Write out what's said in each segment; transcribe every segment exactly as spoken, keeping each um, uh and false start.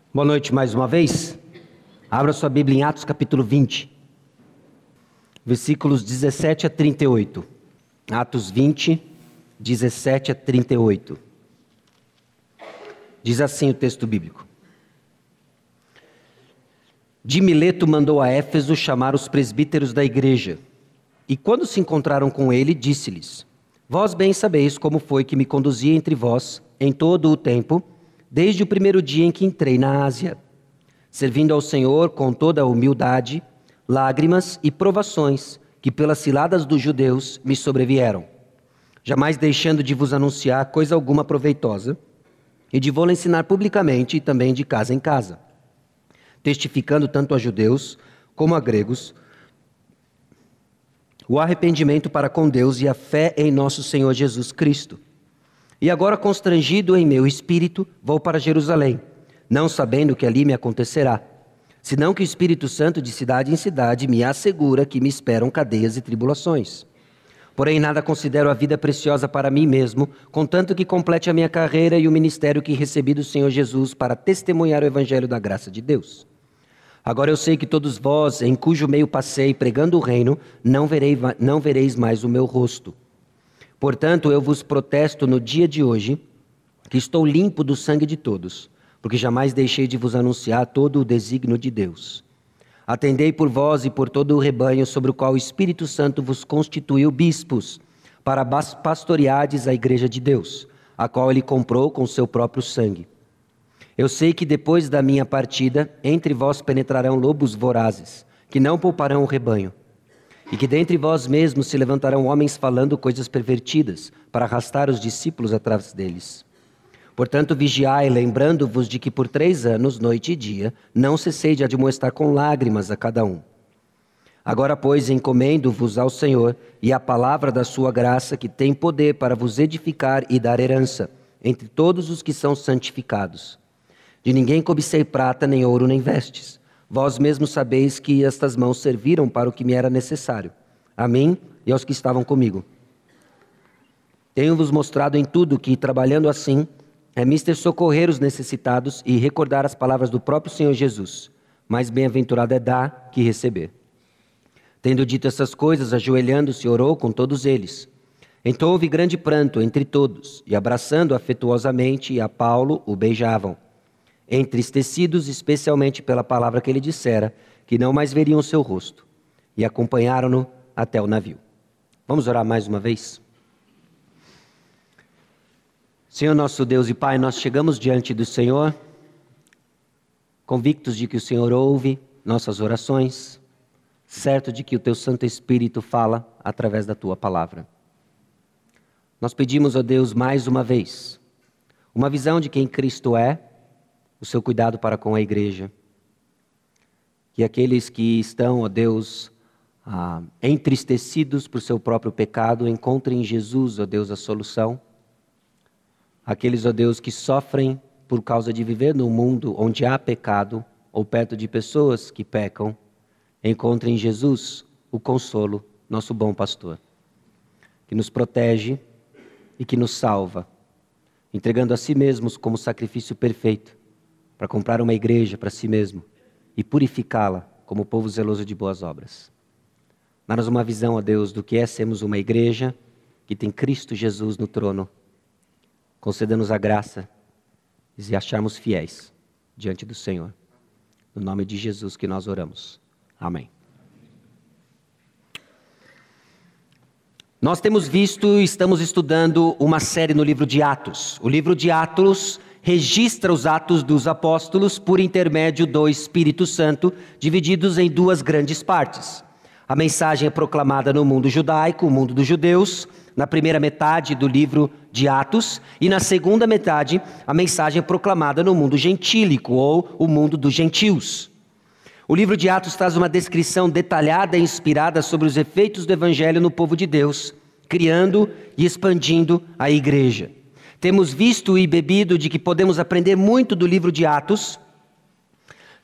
Boa noite mais uma vez. Abra sua Bíblia em Atos capítulo vinte, versículos dezessete a trinta e oito. Atos vinte, dezessete a trinta e oito. Diz assim o texto bíblico. De Mileto mandou a Éfeso chamar os presbíteros da igreja. E quando se encontraram com ele, disse-lhes: Vós bem sabeis como foi que me conduzi entre vós em todo o tempo, desde o primeiro dia em que entrei na Ásia, servindo ao Senhor com toda a humildade, lágrimas e provações que pelas ciladas dos judeus me sobrevieram, jamais deixando de vos anunciar coisa alguma proveitosa, e de vou-la ensinar publicamente e também de casa em casa, testificando tanto a judeus como a gregos o arrependimento para com Deus e a fé em nosso Senhor Jesus Cristo. E agora, constrangido em meu espírito, vou para Jerusalém, não sabendo o que ali me acontecerá, senão que o Espírito Santo de cidade em cidade me assegura que me esperam cadeias e tribulações. Porém, nada considero a vida preciosa para mim mesmo, contanto que complete a minha carreira e o ministério que recebi do Senhor Jesus para testemunhar o evangelho da graça de Deus. Agora eu sei que todos vós, em cujo meio passei pregando o reino, não, verei, não vereis mais o meu rosto. Portanto, eu vos protesto no dia de hoje, que estou limpo do sangue de todos, porque jamais deixei de vos anunciar todo o desígnio de Deus. Atendei por vós e por todo o rebanho sobre o qual o Espírito Santo vos constituiu bispos, para pastoreardes a igreja de Deus, a qual ele comprou com seu próprio sangue. Eu sei que depois da minha partida, entre vós penetrarão lobos vorazes, que não pouparão o rebanho, e que dentre vós mesmos se levantarão homens falando coisas pervertidas, para arrastar os discípulos atrás deles. Portanto, vigiai, lembrando-vos de que por três anos, noite e dia, não cessei de admoestar com lágrimas a cada um. Agora, pois, encomendo-vos ao Senhor e à palavra da sua graça, que tem poder para vos edificar e dar herança, entre todos os que são santificados. De ninguém cobicei prata, nem ouro, nem vestes. Vós mesmos sabeis que estas mãos serviram para o que me era necessário, a mim e aos que estavam comigo. Tenho-vos mostrado em tudo que, trabalhando assim, é mister socorrer os necessitados e recordar as palavras do próprio Senhor Jesus. Mais bem-aventurado é dar que receber. Tendo dito essas coisas, ajoelhando-se, orou com todos eles. Então houve grande pranto entre todos, e abraçando afetuosamente a Paulo, o beijavam, entristecidos especialmente pela palavra que ele dissera, que não mais veriam o seu rosto, e acompanharam-no até o navio. Vamos orar mais uma vez? Senhor nosso Deus e Pai, nós chegamos diante do Senhor, convictos de que o Senhor ouve nossas orações, certo de que o Teu Santo Espírito fala através da Tua palavra. Nós pedimos, ó Deus, mais uma vez, uma visão de quem Cristo é, o Seu cuidado para com a igreja. Que aqueles que estão, ó Deus, ah, entristecidos por seu próprio pecado, encontrem em Jesus, ó Deus, a solução. Aqueles, ó Deus, que sofrem por causa de viver num mundo onde há pecado, ou perto de pessoas que pecam, encontrem em Jesus o consolo, nosso bom pastor, que nos protege e que nos salva, entregando a si mesmos como sacrifício perfeito, para comprar uma igreja para si mesmo e purificá-la como povo zeloso de boas obras. Dá-nos uma visão, ó Deus, do que é sermos uma igreja que tem Cristo Jesus no trono. Conceda-nos a graça de acharmos fiéis diante do Senhor. No nome de Jesus que nós oramos. Amém. Nós temos visto e estamos estudando uma série no livro de Atos. O livro de Atos registra os atos dos apóstolos por intermédio do Espírito Santo, divididos em duas grandes partes. A mensagem é proclamada no mundo judaico, o mundo dos judeus, na primeira metade do livro de Atos, e na segunda metade, a mensagem é proclamada no mundo gentílico, ou o mundo dos gentios. O livro de Atos traz uma descrição detalhada e inspirada sobre os efeitos do evangelho no povo de Deus, criando e expandindo a igreja. Temos visto e bebido de que podemos aprender muito do livro de Atos,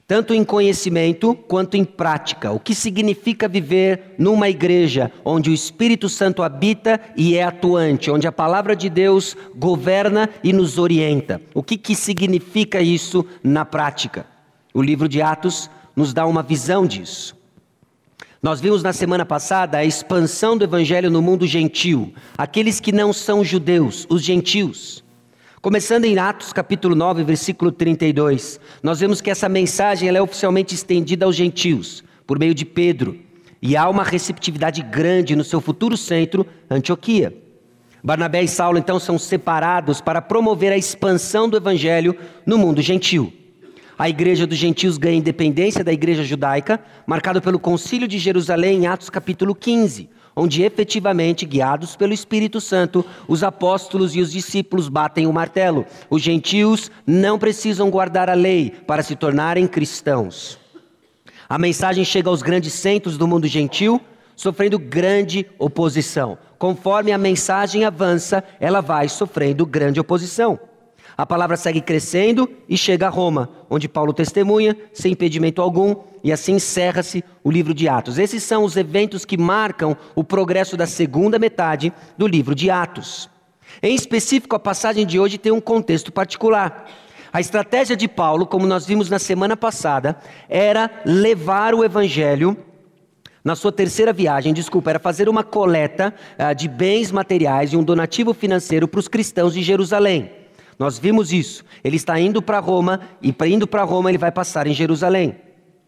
tanto em conhecimento quanto em prática. O que significa viver numa igreja onde o Espírito Santo habita e é atuante, onde a palavra de Deus governa e nos orienta. O que, que significa isso na prática? O livro de Atos nos dá uma visão disso. Nós vimos na semana passada a expansão do evangelho no mundo gentil, aqueles que não são judeus, os gentios. Começando em Atos capítulo nove, versículo trinta e dois, nós vemos que essa mensagem ela é oficialmente estendida aos gentios, por meio de Pedro, e há uma receptividade grande no seu futuro centro, Antioquia. Barnabé e Saulo então são separados para promover a expansão do evangelho no mundo gentil. A igreja dos gentios ganha independência da igreja judaica, marcado pelo concílio de Jerusalém em Atos capítulo quinze, onde efetivamente, guiados pelo Espírito Santo, os apóstolos e os discípulos batem o martelo. Os gentios não precisam guardar a lei para se tornarem cristãos. A mensagem chega aos grandes centros do mundo gentil, sofrendo grande oposição. Conforme a mensagem avança, ela vai sofrendo grande oposição. A palavra segue crescendo e chega a Roma, onde Paulo testemunha, sem impedimento algum, e assim encerra-se o livro de Atos. Esses são os eventos que marcam o progresso da segunda metade do livro de Atos. Em específico, a passagem de hoje tem um contexto particular. A estratégia de Paulo, como nós vimos na semana passada, era levar o evangelho na sua terceira viagem, desculpa, era fazer uma coleta uh, de bens materiais e um donativo financeiro para os cristãos de Jerusalém. Nós vimos isso. Ele está indo para Roma e indo para Roma ele vai passar em Jerusalém.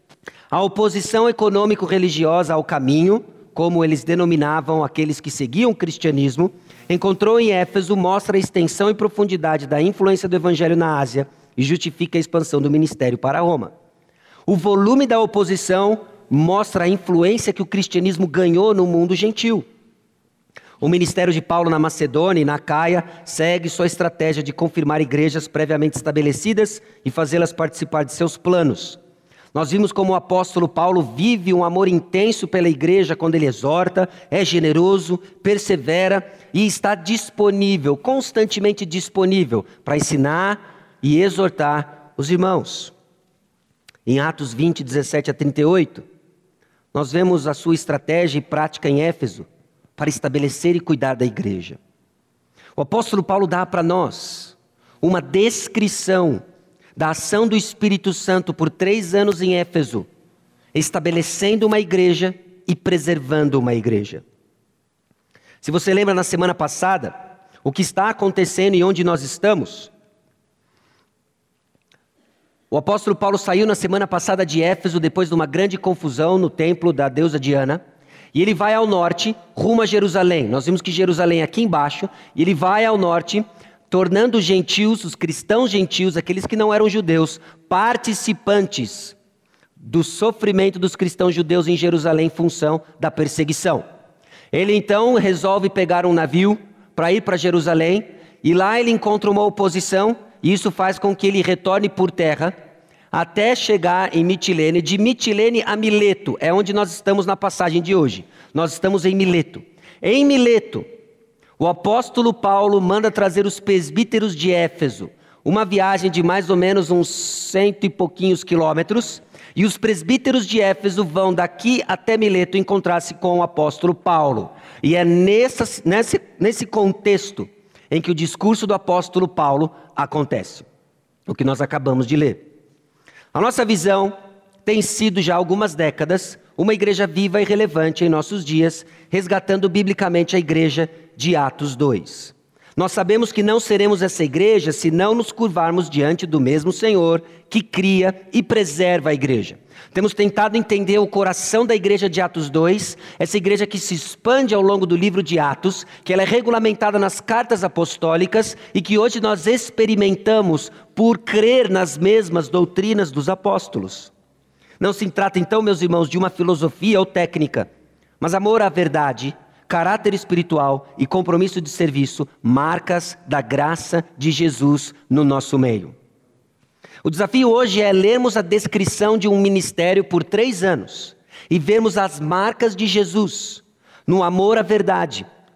A oposição econômico-religiosa ao caminho, como eles denominavam aqueles que seguiam o cristianismo, encontrou em Éfeso, mostra a extensão e profundidade da influência do evangelho na Ásia e justifica a expansão do ministério para Roma. O volume da oposição mostra a influência que o cristianismo ganhou no mundo gentil. O ministério de Paulo na Macedônia e na Acaia segue sua estratégia de confirmar igrejas previamente estabelecidas e fazê-las participar de seus planos. Nós vimos como o apóstolo Paulo vive um amor intenso pela igreja quando ele exorta, é generoso, persevera e está disponível, constantemente disponível, para ensinar e exortar os irmãos. Em Atos vinte, dezessete a trinta e oito, nós vemos a sua estratégia e prática em Éfeso, para estabelecer e cuidar da igreja. O apóstolo Paulo dá para nós uma descrição da ação do Espírito Santo por três anos em Éfeso, estabelecendo uma igreja e preservando uma igreja. Se você lembra na semana passada, o que está acontecendo e onde nós estamos, o apóstolo Paulo saiu na semana passada de Éfeso depois de uma grande confusão no templo da deusa Diana, e ele vai ao norte, rumo a Jerusalém. Nós vimos que Jerusalém é aqui embaixo, e ele vai ao norte, tornando os gentios, os cristãos gentios, aqueles que não eram judeus, participantes do sofrimento dos cristãos judeus em Jerusalém em função da perseguição. Ele então resolve pegar um navio para ir para Jerusalém, e lá ele encontra uma oposição, e isso faz com que ele retorne por terra, até chegar em Mitilene, de Mitilene a Mileto, é onde nós estamos na passagem de hoje. Nós estamos em Mileto. Em Mileto, o apóstolo Paulo manda trazer os presbíteros de Éfeso, uma viagem de mais ou menos uns cento e pouquinhos quilômetros, e os presbíteros de Éfeso vão daqui até Mileto encontrar-se com o apóstolo Paulo. E é nessa, nesse, nesse contexto em que o discurso do apóstolo Paulo acontece, o que nós acabamos de ler. A nossa visão tem sido já há algumas décadas uma igreja viva e relevante em nossos dias, resgatando biblicamente a igreja de Atos dois. Nós sabemos que não seremos essa igreja se não nos curvarmos diante do mesmo Senhor que cria e preserva a igreja. Temos tentado entender o coração da igreja de Atos dois, essa igreja que se expande ao longo do livro de Atos, que ela é regulamentada nas cartas apostólicas e que hoje nós experimentamos por crer nas mesmas doutrinas dos apóstolos. Não se trata então, meus irmãos, de uma filosofia ou técnica, mas amor à verdade, caráter espiritual e compromisso de serviço, marcas da graça de Jesus no nosso meio. O desafio hoje é lermos a descrição de um ministério por três anos e vermos as marcas de Jesus no amor à verdade,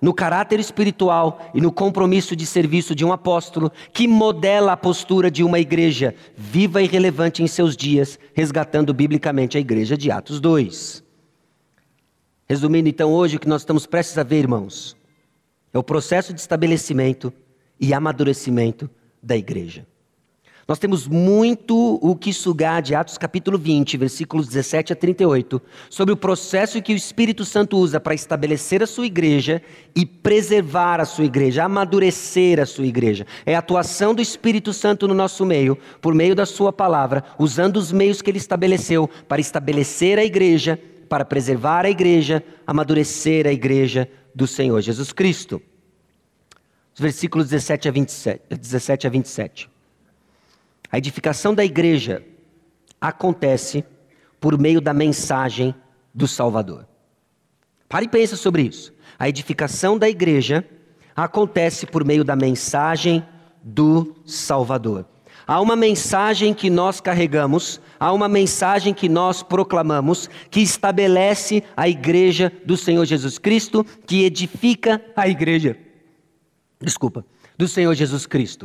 no caráter espiritual e no compromisso de serviço de um apóstolo que modela a postura de uma igreja viva e relevante em seus dias, resgatando biblicamente a igreja de Atos dois. Resumindo então hoje o que nós estamos prestes a ver, irmãos, é o processo de estabelecimento e amadurecimento da igreja. Nós temos muito o que sugar de Atos capítulo vinte, versículos dezessete a trinta e oito, sobre o processo que o Espírito Santo usa para estabelecer a sua igreja e preservar a sua igreja, amadurecer a sua igreja. É a atuação do Espírito Santo no nosso meio, por meio da sua palavra, usando os meios que ele estabeleceu para estabelecer a igreja, para preservar a igreja, amadurecer a igreja do Senhor Jesus Cristo. Os versículos dezessete a vinte e sete. A edificação da igreja acontece por meio da mensagem do Salvador. Pare e pense sobre isso. A edificação da igreja acontece por meio da mensagem do Salvador. Há uma mensagem que nós carregamos, há uma mensagem que nós proclamamos, que estabelece a igreja do Senhor Jesus Cristo, que edifica a igreja, desculpa, do Senhor Jesus Cristo.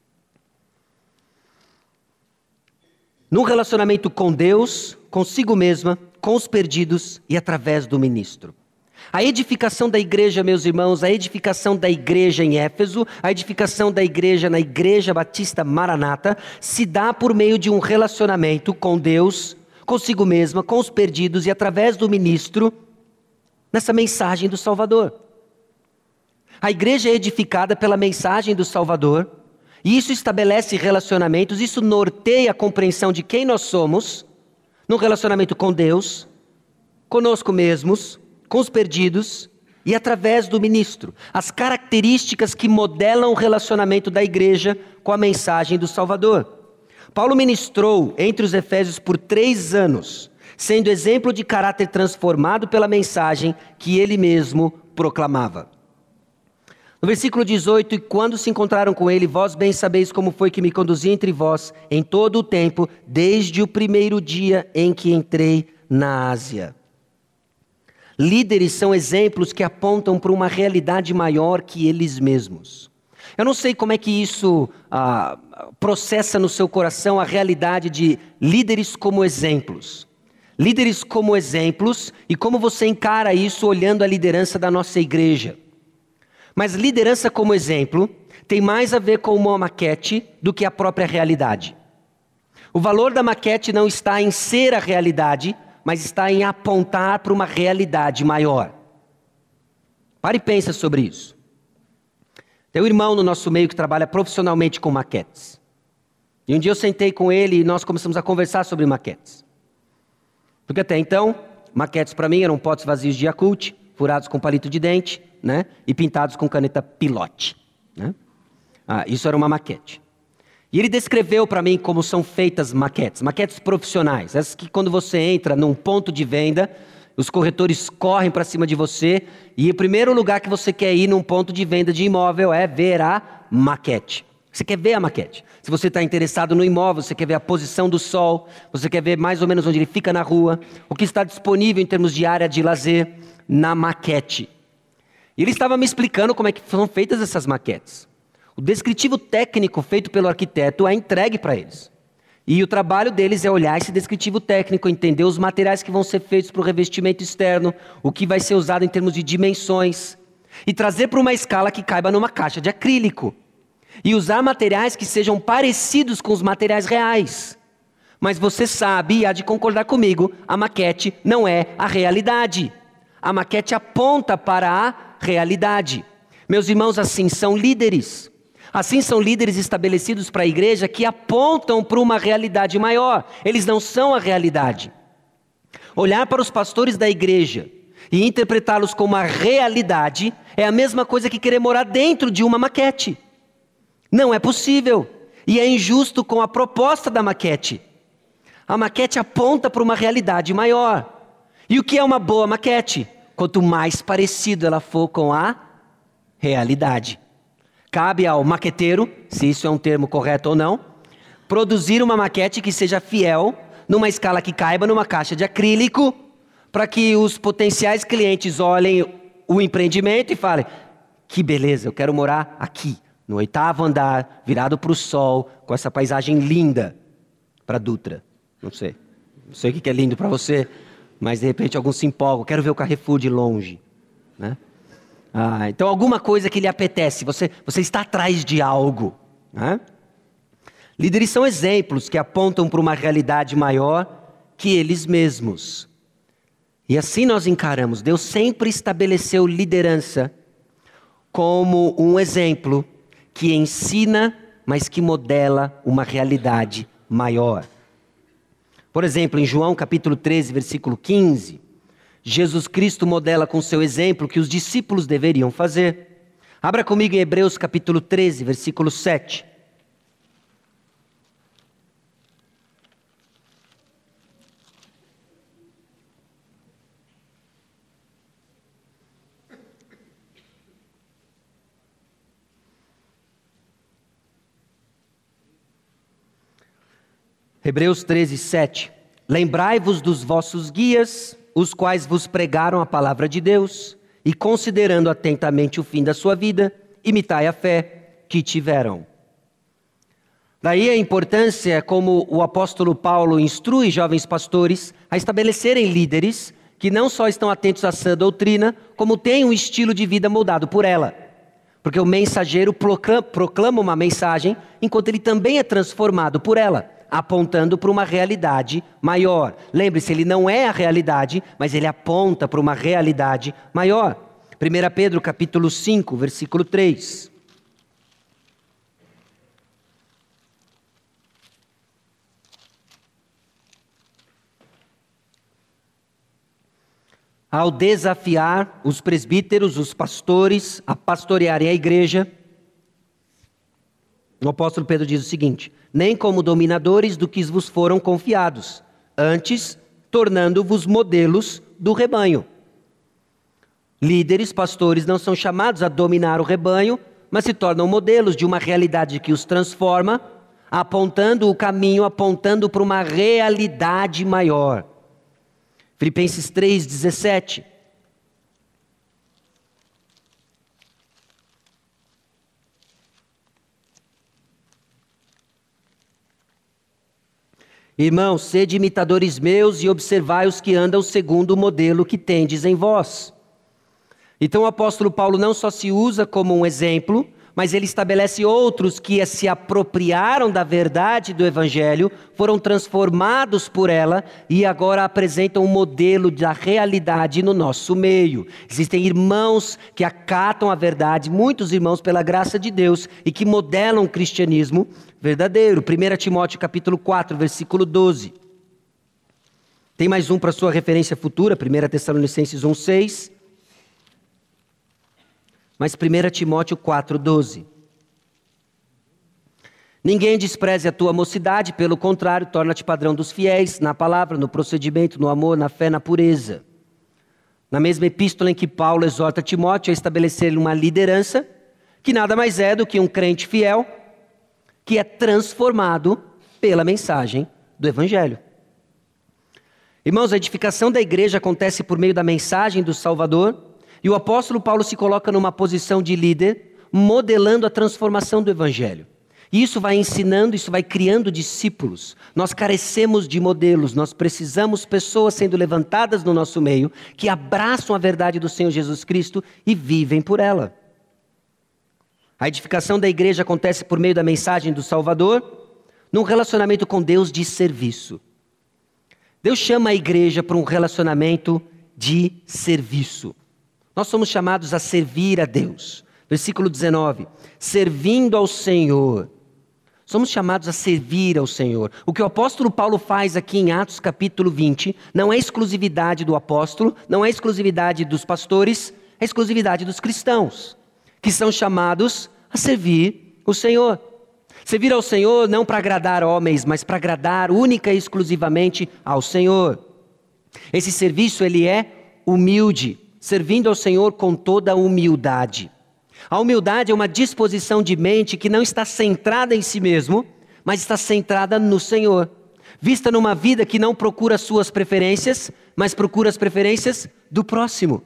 Num relacionamento com Deus, consigo mesma, com os perdidos e através do ministro. A edificação da igreja, meus irmãos, a edificação da igreja em Éfeso, a edificação da igreja na Igreja Batista Maranata, se dá por meio de um relacionamento com Deus, consigo mesma, com os perdidos e através do ministro, nessa mensagem do Salvador. A igreja é edificada pela mensagem do Salvador, e isso estabelece relacionamentos, isso norteia a compreensão de quem nós somos, no relacionamento com Deus, conosco mesmos, com os perdidos e através do ministro. As características que modelam o relacionamento da igreja com a mensagem do Salvador. Paulo ministrou entre os Efésios por três anos, sendo exemplo de caráter transformado pela mensagem que ele mesmo proclamava. No versículo dezoito, e quando se encontraram com ele, vós bem sabeis como foi que me conduzi entre vós em todo o tempo, desde o primeiro dia em que entrei na Ásia. Líderes são exemplos que apontam para uma realidade maior que eles mesmos. Eu não sei como é que isso ah, processa no seu coração a realidade de líderes como exemplos. Líderes como exemplos e como você encara isso olhando a liderança da nossa igreja. Mas liderança como exemplo tem mais a ver com uma maquete do que a própria realidade. O valor da maquete não está em ser a realidade, mas está em apontar para uma realidade maior. Pare e pensa sobre isso. Tem um irmão no nosso meio que trabalha profissionalmente com maquetes. E um dia eu sentei com ele e nós começamos a conversar sobre maquetes. Porque até então, maquetes para mim eram potes vazios de Yakult, furados com palito de dente, né? E pintados com caneta Pilote. Né? Ah, isso era uma maquete. E ele descreveu para mim como são feitas maquetes, maquetes profissionais, essas que quando você entra num ponto de venda, os corretores correm para cima de você e o primeiro lugar que você quer ir num ponto de venda de imóvel é ver a maquete. Você quer ver a maquete. Se você está interessado no imóvel, você quer ver a posição do sol, você quer ver mais ou menos onde ele fica na rua, o que está disponível em termos de área de lazer na maquete. E ele estava me explicando como é que são feitas essas maquetes. O descritivo técnico feito pelo arquiteto é entregue para eles. E o trabalho deles é olhar esse descritivo técnico, entender os materiais que vão ser feitos para o revestimento externo, o que vai ser usado em termos de dimensões, e trazer para uma escala que caiba numa caixa de acrílico. E usar materiais que sejam parecidos com os materiais reais. Mas você sabe, e há de concordar comigo, a maquete não é a realidade. A maquete aponta para a realidade. Meus irmãos, assim são líderes. Assim são líderes estabelecidos para a igreja que apontam para uma realidade maior. Eles não são a realidade. Olhar para os pastores da igreja e interpretá-los como a realidade é a mesma coisa que querer morar dentro de uma maquete. Não é possível. E é injusto com a proposta da maquete. A maquete aponta para uma realidade maior. E o que é uma boa maquete? Quanto mais parecido ela for com a realidade. Cabe ao maqueteiro, se isso é um termo correto ou não, produzir uma maquete que seja fiel, numa escala que caiba numa caixa de acrílico, para que os potenciais clientes olhem o empreendimento e fale, que beleza, eu quero morar aqui, no oitavo andar, virado para o sol, com essa paisagem linda para Dutra. Não sei. Não sei o que é lindo para você, mas de repente alguns se empolgam. Quero ver o Carrefour de longe. Né? Ah, então alguma coisa que lhe apetece. Você, você está atrás de algo. Né? Líderes são exemplos que apontam para uma realidade maior que eles mesmos. E assim nós encaramos. Deus sempre estabeleceu liderança como um exemplo que ensina, mas que modela uma realidade maior. Por exemplo, em João capítulo treze, versículo quinze, Jesus Cristo modela com seu exemplo o que os discípulos deveriam fazer. Abra comigo em Hebreus capítulo treze, versículo sete. Hebreus treze, sete. Lembrai-vos dos vossos guias, os quais vos pregaram a palavra de Deus, e considerando atentamente o fim da sua vida, imitai a fé que tiveram. Daí a importância como o apóstolo Paulo instrui jovens pastores a estabelecerem líderes que não só estão atentos à sã doutrina, como têm um estilo de vida moldado por ela. Porque o mensageiro proclama uma mensagem, enquanto ele também é transformado por ela, apontando para uma realidade maior. Lembre-se, ele não é a realidade, mas ele aponta para uma realidade maior. primeira Pedro capítulo cinco, versículo três. Ao desafiar os presbíteros, os pastores, a pastorearem a igreja, o apóstolo Pedro diz o seguinte: nem como dominadores do que vos foram confiados, antes tornando-vos modelos do rebanho. Líderes, pastores não são chamados a dominar o rebanho, mas se tornam modelos de uma realidade que os transforma, apontando o caminho, apontando para uma realidade maior. Filipenses três, dezessete. Irmãos, sede imitadores meus e observai os que andam segundo o modelo que tendes em vós. Então o apóstolo Paulo não só se usa como um exemplo, mas ele estabelece outros que se apropriaram da verdade do evangelho, foram transformados por ela e agora apresentam um modelo da realidade no nosso meio. Existem irmãos que acatam a verdade, muitos irmãos pela graça de Deus e que modelam o cristianismo verdadeiro. primeira Timóteo capítulo quatro, versículo doze. Tem mais um para sua referência futura, primeira Tessalonicenses um, seis. Mas primeira Timóteo quatro, doze. Ninguém despreze a tua mocidade, pelo contrário, torna-te padrão dos fiéis, na palavra, no procedimento, no amor, na fé, na pureza. Na mesma epístola em que Paulo exorta Timóteo a estabelecer uma liderança, que nada mais é do que um crente fiel, que é transformado pela mensagem do Evangelho. Irmãos, a edificação da igreja acontece por meio da mensagem do Salvador, e o apóstolo Paulo se coloca numa posição de líder, modelando a transformação do Evangelho. E isso vai ensinando, isso vai criando discípulos. Nós carecemos de modelos, nós precisamos de pessoas sendo levantadas no nosso meio, que abraçam a verdade do Senhor Jesus Cristo e vivem por ela. A edificação da igreja acontece por meio da mensagem do Salvador, num relacionamento com Deus de serviço. Deus chama a igreja para um relacionamento de serviço. Nós somos chamados a servir a Deus. Versículo dezenove. Servindo ao Senhor. Somos chamados a servir ao Senhor. O que o apóstolo Paulo faz aqui em Atos capítulo vinte não é exclusividade do apóstolo, não é exclusividade dos pastores, é exclusividade dos cristãos, que são chamados a servir o Senhor. Servir ao Senhor não para agradar homens, mas para agradar única e exclusivamente ao Senhor. Esse serviço, ele é humilde, servindo ao Senhor com toda a humildade. A humildade é uma disposição de mente que não está centrada em si mesmo, mas está centrada no Senhor. Vista numa vida que não procura suas preferências, mas procura as preferências do próximo.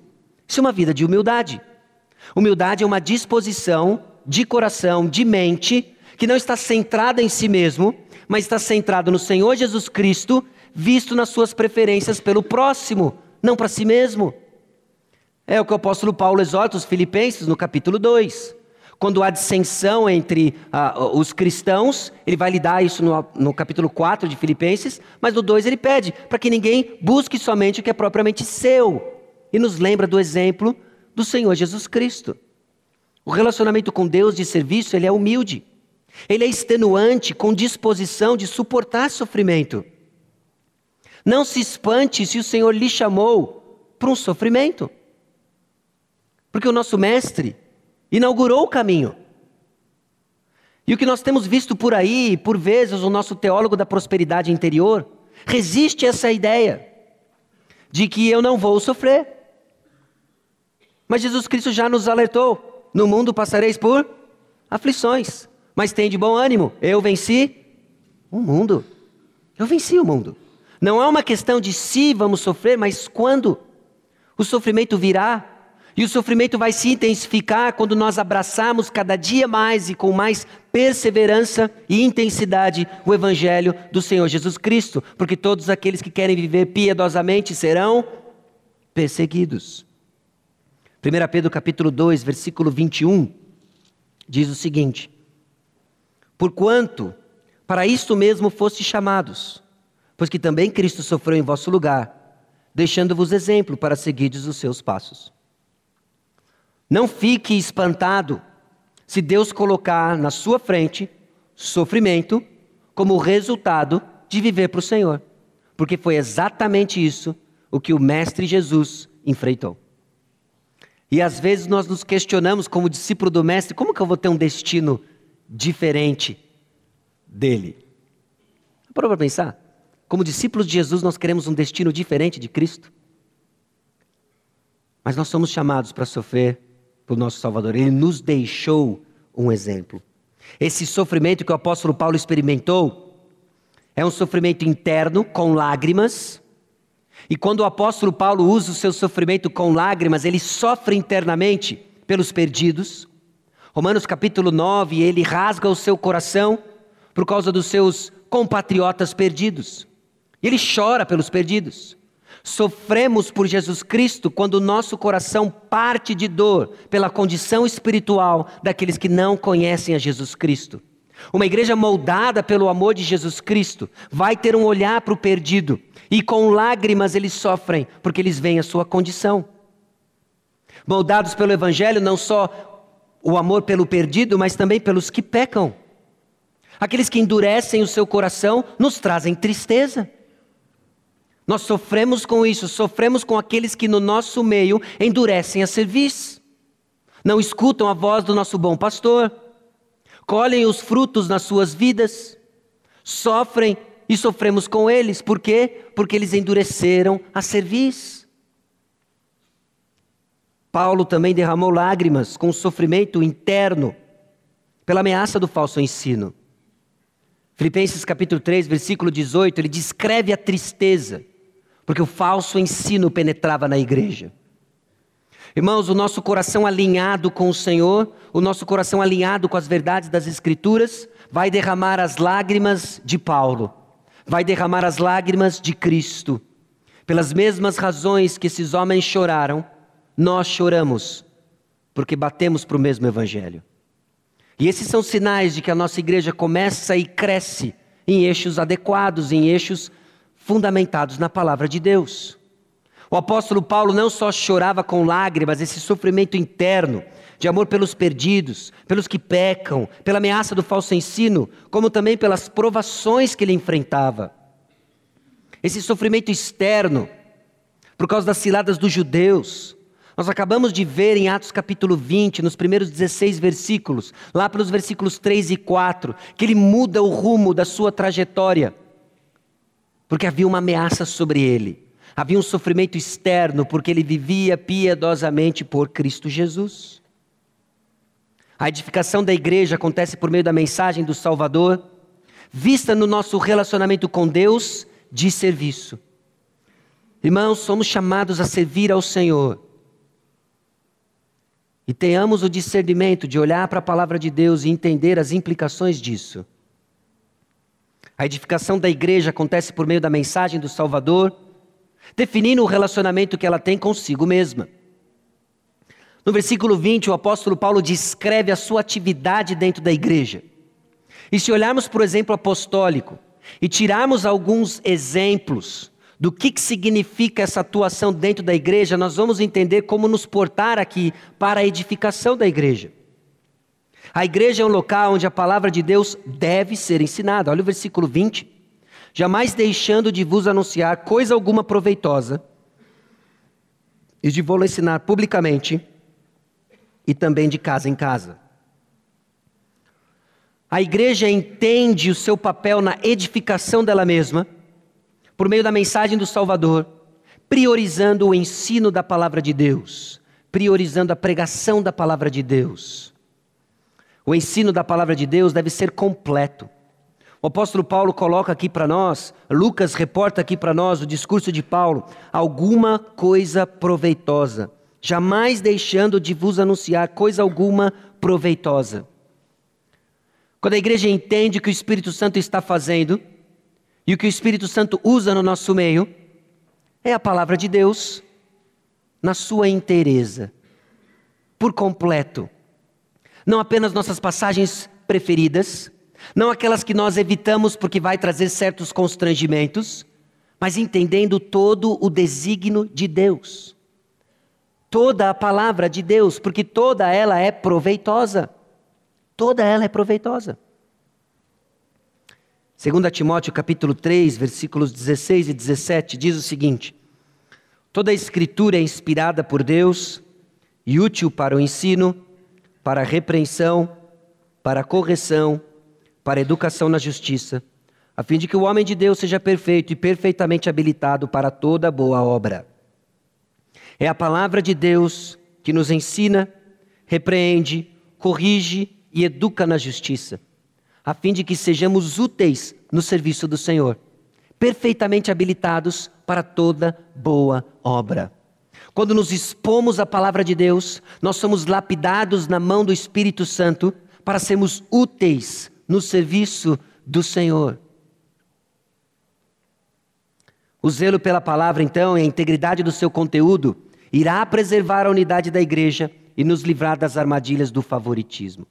Isso é uma vida de humildade. Humildade é uma disposição de coração, de mente, que não está centrada em si mesmo, mas está centrado no Senhor Jesus Cristo, visto nas suas preferências pelo próximo, não para si mesmo. É o que o apóstolo Paulo exorta os filipenses no capítulo dois. Quando há dissensão entre ah, os cristãos, ele vai lidar isso no, no capítulo quatro de Filipenses, mas no dois ele pede para que ninguém busque somente o que é propriamente seu. E nos lembra do exemplo do Senhor Jesus Cristo. O relacionamento com Deus de serviço, ele é humilde. Ele é extenuante, com disposição de suportar sofrimento. Não se espante se o Senhor lhe chamou para um sofrimento. Porque o nosso mestre inaugurou o caminho. E o que nós temos visto por aí, por vezes, o nosso teólogo da prosperidade interior, resiste a essa ideia de que eu não vou sofrer. Mas Jesus Cristo já nos alertou: no mundo passareis por aflições, mas tem de bom ânimo, eu venci o mundo. Eu venci o mundo. Não é uma questão de se vamos sofrer, mas quando. O sofrimento virá, e o sofrimento vai se intensificar quando nós abraçarmos cada dia mais e com mais perseverança e intensidade o Evangelho do Senhor Jesus Cristo, porque todos aqueles que querem viver piedosamente serão perseguidos. primeira Pedro capítulo dois, versículo vinte e um, diz o seguinte: porquanto para isto mesmo fostes chamados, pois que também Cristo sofreu em vosso lugar, deixando-vos exemplo para seguirdes os seus passos. Não fique espantado se Deus colocar na sua frente sofrimento como resultado de viver para o Senhor, porque foi exatamente isso o que o Mestre Jesus enfrentou. E às vezes nós nos questionamos como discípulo do Mestre: como que eu vou ter um destino diferente dele? Parou para pensar? Como discípulos de Jesus nós queremos um destino diferente de Cristo. Mas nós somos chamados para sofrer para o nosso Salvador. Ele nos deixou um exemplo. Esse sofrimento que o apóstolo Paulo experimentou é um sofrimento interno com lágrimas. E quando o apóstolo Paulo usa o seu sofrimento com lágrimas, ele sofre internamente pelos perdidos. Romanos capítulo nove, ele rasga o seu coração por causa dos seus compatriotas perdidos. Ele chora pelos perdidos. Sofremos por Jesus Cristo quando o nosso coração parte de dor pela condição espiritual daqueles que não conhecem a Jesus Cristo. Uma igreja moldada pelo amor de Jesus Cristo vai ter um olhar para o perdido, e com lágrimas eles sofrem porque eles veem a sua condição. Moldados pelo Evangelho, não só o amor pelo perdido, mas também pelos que pecam. Aqueles que endurecem o seu coração nos trazem tristeza. Nós sofremos com isso, sofremos com aqueles que no nosso meio endurecem a cerviz. Não escutam a voz do nosso bom pastor, colhem os frutos nas suas vidas, sofrem e sofremos com eles. Por quê? Porque eles endureceram a cerviz. Paulo também derramou lágrimas com o sofrimento interno pela ameaça do falso ensino. Filipenses capítulo três, versículo dezoito, ele descreve a tristeza, porque o falso ensino penetrava na igreja. Irmãos, o nosso coração alinhado com o Senhor, o nosso coração alinhado com as verdades das Escrituras, vai derramar as lágrimas de Paulo, vai derramar as lágrimas de Cristo. Pelas mesmas razões que esses homens choraram, nós choramos, porque batemos para o mesmo Evangelho. E esses são sinais de que a nossa igreja começa e cresce em eixos adequados, em eixos fundamentados na palavra de Deus. O apóstolo Paulo não só chorava com lágrimas, esse sofrimento interno de amor pelos perdidos, pelos que pecam, pela ameaça do falso ensino, como também pelas provações que ele enfrentava. Esse sofrimento externo, por causa das ciladas dos judeus. Nós acabamos de ver em Atos capítulo vinte, nos primeiros dezesseis versículos, lá pelos versículos três e quatro, que ele muda o rumo da sua trajetória, porque havia uma ameaça sobre ele. Havia um sofrimento externo, porque ele vivia piedosamente por Cristo Jesus. A edificação da igreja acontece por meio da mensagem do Salvador, vista no nosso relacionamento com Deus de serviço. Irmãos, somos chamados a servir ao Senhor, e tenhamos o discernimento de olhar para a palavra de Deus e entender as implicações disso. A edificação da igreja acontece por meio da mensagem do Salvador, definindo o relacionamento que ela tem consigo mesma. No versículo vinte, o apóstolo Paulo descreve a sua atividade dentro da igreja. E se olharmos para o exemplo apostólico e tirarmos alguns exemplos do que, que significa essa atuação dentro da igreja, nós vamos entender como nos portar aqui para a edificação da igreja. A igreja é um local onde a palavra de Deus deve ser ensinada. Olha o versículo vinte. Jamais deixando de vos anunciar coisa alguma proveitosa e de vou ensinar publicamente e também de casa em casa. A igreja entende o seu papel na edificação dela mesma, por meio da mensagem do Salvador, priorizando o ensino da palavra de Deus, priorizando a pregação da palavra de Deus. O ensino da palavra de Deus deve ser completo. O apóstolo Paulo coloca aqui para nós, Lucas reporta aqui para nós o discurso de Paulo, alguma coisa proveitosa, jamais deixando de vos anunciar coisa alguma proveitosa. Quando a igreja entende o que o Espírito Santo está fazendo, e o que o Espírito Santo usa no nosso meio, é a palavra de Deus, na sua inteireza, por completo. Não apenas nossas passagens preferidas, não aquelas que nós evitamos porque vai trazer certos constrangimentos, mas entendendo todo o desígnio de Deus. Toda a palavra de Deus, porque toda ela é proveitosa. Toda ela é proveitosa. Segundo Timóteo capítulo três, versículos dezesseis e dezessete, diz o seguinte: toda a escritura é inspirada por Deus e útil para o ensino, para a repreensão, para a correção, para a educação na justiça, a fim de que o homem de Deus seja perfeito e perfeitamente habilitado para toda boa obra. É a palavra de Deus que nos ensina, repreende, corrige e educa na justiça, a fim de que sejamos úteis no serviço do Senhor, perfeitamente habilitados para toda boa obra. Quando nos expomos à palavra de Deus, nós somos lapidados na mão do Espírito Santo para sermos úteis no serviço do Senhor. O zelo pela palavra, então, e a integridade do seu conteúdo, irá preservar a unidade da igreja e nos livrar das armadilhas do favoritismo.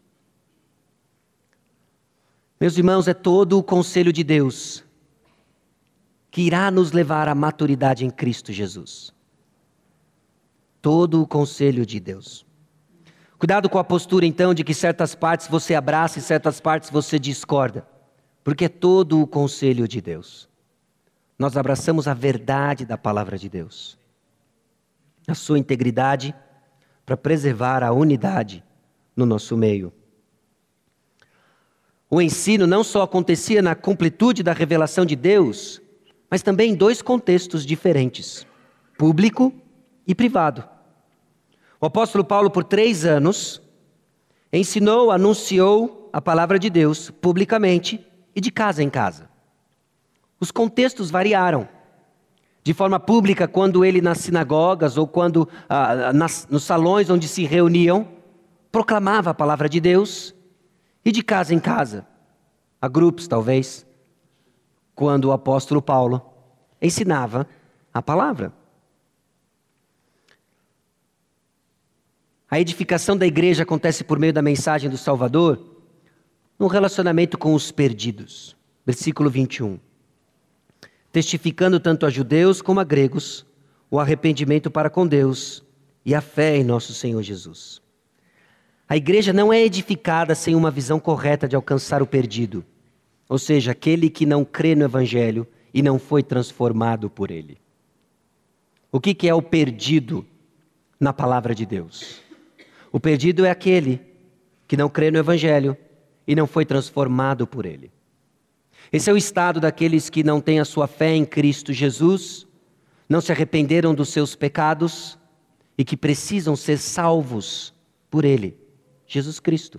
Meus irmãos, é todo o conselho de Deus que irá nos levar à maturidade em Cristo Jesus. Todo o conselho de Deus. Cuidado com a postura, então, de que certas partes você abraça e certas partes você discorda, porque é todo o conselho de Deus. Nós abraçamos a verdade da palavra de Deus, a sua integridade, para preservar a unidade no nosso meio. O ensino não só acontecia na completude da revelação de Deus, mas também em dois contextos diferentes, público e privado. O apóstolo Paulo, por três anos, ensinou, anunciou a palavra de Deus publicamente e de casa em casa. Os contextos variaram. De forma pública, quando ele nas sinagogas ou quando ah, nas, nos salões onde se reuniam, proclamava a palavra de Deus, e de casa em casa, a grupos talvez, quando o apóstolo Paulo ensinava a palavra. A edificação da igreja acontece por meio da mensagem do Salvador, num relacionamento com os perdidos. Versículo vinte e um. Testificando tanto a judeus como a gregos, o arrependimento para com Deus e a fé em nosso Senhor Jesus. A igreja não é edificada sem uma visão correta de alcançar o perdido, ou seja, aquele que não crê no Evangelho e não foi transformado por ele. O que que é o perdido na palavra de Deus? O perdido é aquele que não crê no Evangelho e não foi transformado por ele. Esse é o estado daqueles que não têm a sua fé em Cristo Jesus, não se arrependeram dos seus pecados e que precisam ser salvos por ele, Jesus Cristo.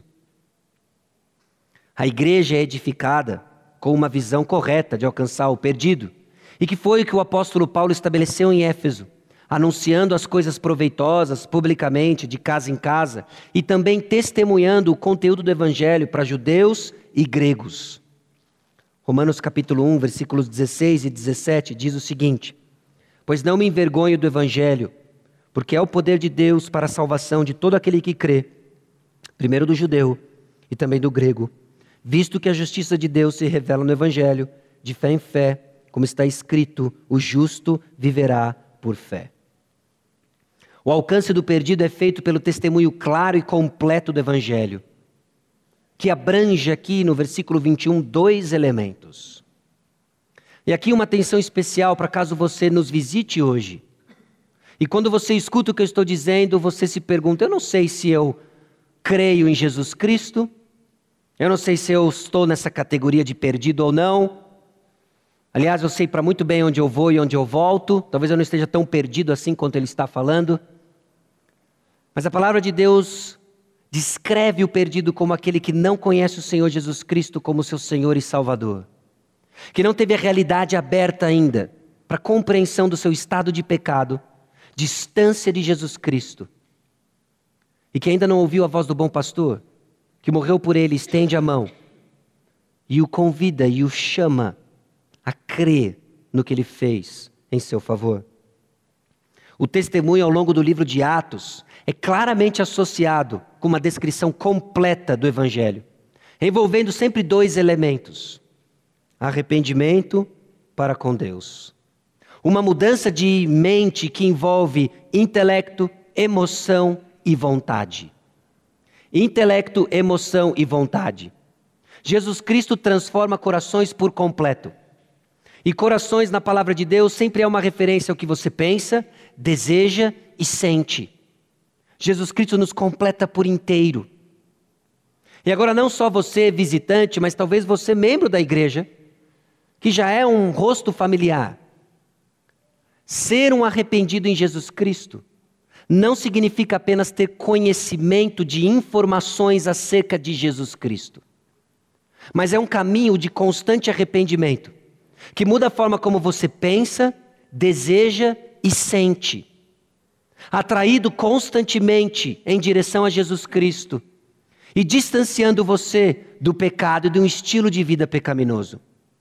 A igreja é edificada com uma visão correta de alcançar o perdido, e que foi o que o apóstolo Paulo estabeleceu em Éfeso, anunciando as coisas proveitosas publicamente, de casa em casa, e também testemunhando o conteúdo do Evangelho para judeus e gregos. Romanos capítulo um, versículos dezesseis e dezessete diz o seguinte: pois não me envergonho do Evangelho, porque é o poder de Deus para a salvação de todo aquele que crê, primeiro do judeu e também do grego, visto que a justiça de Deus se revela no Evangelho, de fé em fé, como está escrito, o justo viverá por fé. O alcance do perdido é feito pelo testemunho claro e completo do Evangelho, que abrange aqui no versículo vinte e um dois elementos. E aqui uma atenção especial para caso você nos visite hoje. E quando você escuta o que eu estou dizendo, você se pergunta: eu não sei se eu creio em Jesus Cristo, eu não sei se eu estou nessa categoria de perdido ou não. Aliás, eu sei para muito bem onde eu vou e onde eu volto. Talvez eu não esteja tão perdido assim quanto ele está falando. Mas a palavra de Deus descreve o perdido como aquele que não conhece o Senhor Jesus Cristo como seu Senhor e Salvador. Que não teve a realidade aberta ainda para a compreensão do seu estado de pecado, distância de Jesus Cristo. E que ainda não ouviu a voz do bom pastor, que morreu por ele, estende a mão e o convida e o chama a crer no que ele fez em seu favor. O testemunho ao longo do livro de Atos é claramente associado com uma descrição completa do Evangelho, envolvendo sempre dois elementos: arrependimento para com Deus. Uma mudança de mente que envolve intelecto, emoção e vontade. Intelecto, emoção e vontade. Jesus Cristo transforma corações por completo. E corações na palavra de Deus sempre é uma referência ao que você pensa, deseja e sente. Jesus Cristo nos completa por inteiro. E agora não só você visitante, mas talvez você membro da igreja, que já é um rosto familiar. Ser um arrependido em Jesus Cristo não significa apenas ter conhecimento de informações acerca de Jesus Cristo, mas é um caminho de constante arrependimento, que muda a forma como você pensa, deseja e sente, atraído constantemente em direção a Jesus Cristo e distanciando você do pecado e de um estilo de vida pecaminoso.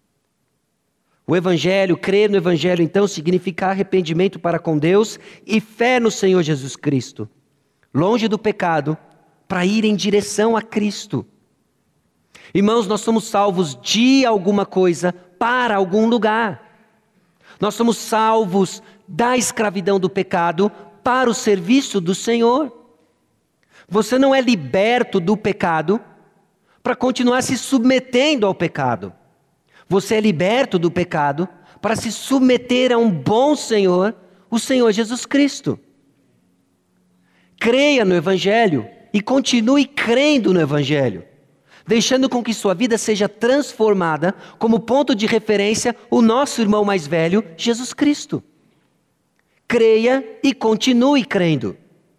O Evangelho, crer no Evangelho, então, significa arrependimento para com Deus e fé no Senhor Jesus Cristo, longe do pecado, para ir em direção a Cristo. Irmãos, nós somos salvos de alguma coisa para algum lugar. Nós somos salvos da escravidão do pecado para o serviço do Senhor. Você não é liberto do pecado para continuar se submetendo ao pecado. Você é liberto do pecado para se submeter a um bom Senhor, o Senhor Jesus Cristo. Creia no Evangelho e continue crendo no Evangelho, deixando com que sua vida seja transformada como ponto de referência o nosso irmão mais velho, Jesus Cristo. Creia e continue crendo.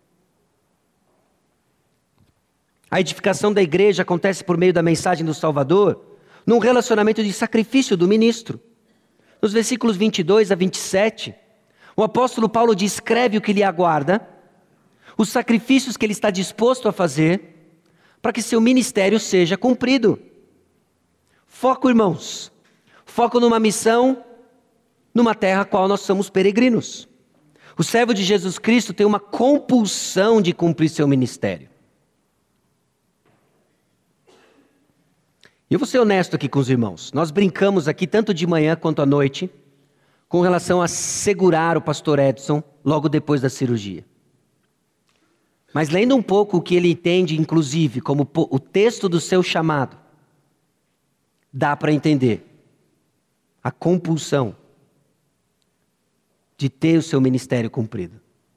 A edificação da igreja acontece por meio da mensagem do Salvador, num relacionamento de sacrifício do ministro. Nos versículos vinte e dois a vinte e sete, o apóstolo Paulo descreve o que lhe aguarda, os sacrifícios que ele está disposto a fazer, para que seu ministério seja cumprido. Foco, irmãos. Foco numa missão, numa terra a qual nós somos peregrinos. O servo de Jesus Cristo tem uma compulsão de cumprir seu ministério. E eu vou ser honesto aqui com os irmãos. Nós brincamos aqui tanto de manhã quanto à noite com relação a segurar o pastor Edson logo depois da cirurgia. Mas lendo um pouco o que ele entende, inclusive, como o texto do seu chamado, dá para entender a compulsão de ter o seu ministério cumprido.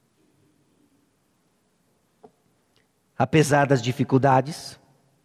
Apesar das dificuldades,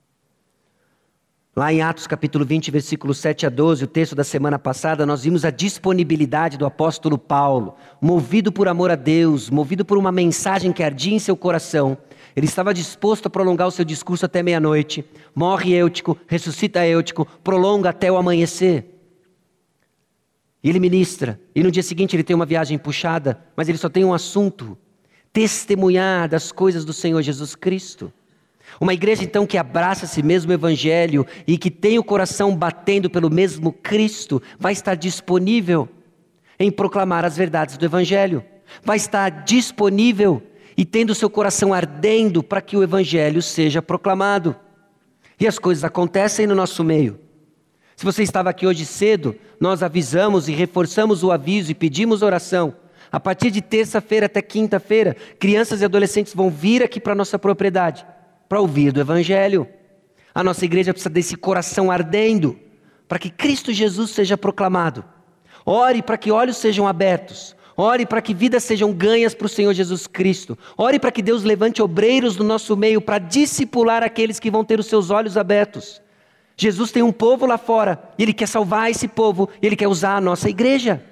lá em Atos capítulo vinte, versículos sete a doze, o texto da semana passada, nós vimos a disponibilidade do apóstolo Paulo, movido por amor a Deus, movido por uma mensagem que ardia em seu coração. Ele estava disposto a prolongar o seu discurso até meia-noite. Morre Eutico, ressuscita Eutico, prolonga até o amanhecer. E ele ministra. E no dia seguinte ele tem uma viagem puxada, mas ele só tem um assunto: testemunhar das coisas do Senhor Jesus Cristo. Uma igreja então que abraça esse mesmo evangelho e que tem o coração batendo pelo mesmo Cristo, vai estar disponível em proclamar as verdades do evangelho. Vai estar disponível e tendo seu coração ardendo para que o evangelho seja proclamado. E as coisas acontecem no nosso meio. Se você estava aqui hoje cedo, nós avisamos e reforçamos o aviso e pedimos oração. A partir de terça-feira até quinta-feira, crianças e adolescentes vão vir aqui para a nossa propriedade para ouvir do evangelho. A nossa igreja precisa desse coração ardendo para que Cristo Jesus seja proclamado. Ore para que olhos sejam abertos. Ore para que vidas sejam ganhas para o Senhor Jesus Cristo. Ore para que Deus levante obreiros no nosso meio para discipular aqueles que vão ter os seus olhos abertos. Jesus tem um povo lá fora e Ele quer salvar esse povo e Ele quer usar a nossa igreja.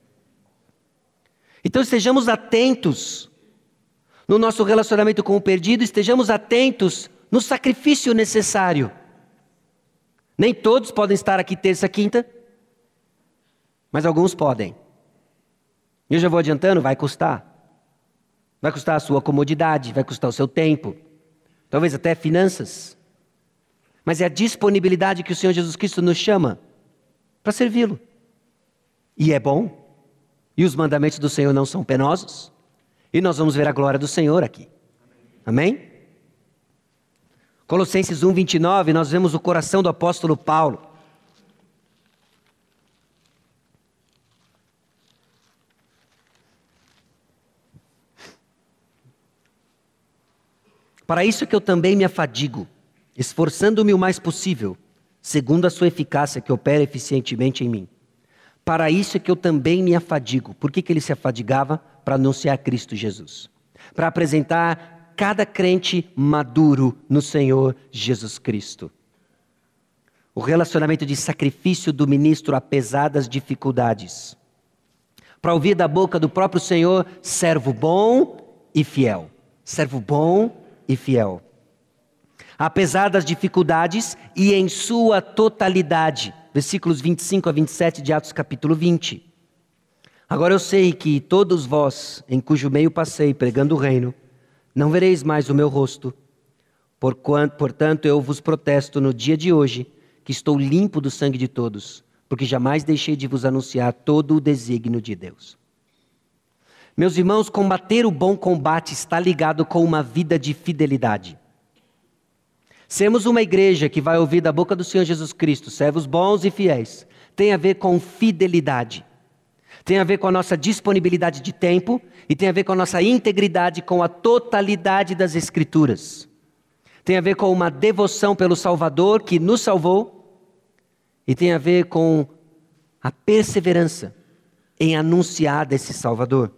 Então estejamos atentos no nosso relacionamento com o perdido, estejamos atentos no sacrifício necessário. Nem todos podem estar aqui terça, quinta, mas alguns podem. E eu já vou adiantando, vai custar. Vai custar a sua comodidade, vai custar o seu tempo, talvez até finanças. Mas é a disponibilidade que o Senhor Jesus Cristo nos chama para servi-lo. E é bom. E os mandamentos do Senhor não são penosos. E nós vamos ver a glória do Senhor aqui. Amém? Colossenses um, vinte e nove, nós vemos o coração do apóstolo Paulo. Para isso é que eu também me afadigo, esforçando-me o mais possível, segundo a sua eficácia que opera eficientemente em mim. Para isso é que eu também me afadigo. Por que que ele se afadigava? Para anunciar Cristo Jesus. Para apresentar cada crente maduro no Senhor Jesus Cristo. O relacionamento de sacrifício do ministro apesar das dificuldades. Para ouvir da boca do próprio Senhor, servo bom e fiel. Servo bom e fiel. Apesar das dificuldades e em sua totalidade. Versículos vinte e cinco a vinte e sete de Atos capítulo vinte. Agora eu sei que todos vós, em cujo meio passei pregando o reino, não vereis mais o meu rosto. Porquanto, portanto, eu vos protesto no dia de hoje, que estou limpo do sangue de todos, porque jamais deixei de vos anunciar todo o desígnio de Deus. Meus irmãos, combater o bom combate está ligado com uma vida de fidelidade. Sermos uma igreja que vai ouvir da boca do Senhor Jesus Cristo, servos bons e fiéis, tem a ver com fidelidade. Tem a ver com a nossa disponibilidade de tempo e tem a ver com a nossa integridade com a totalidade das Escrituras. Tem a ver com uma devoção pelo Salvador que nos salvou e tem a ver com a perseverança em anunciar desse Salvador.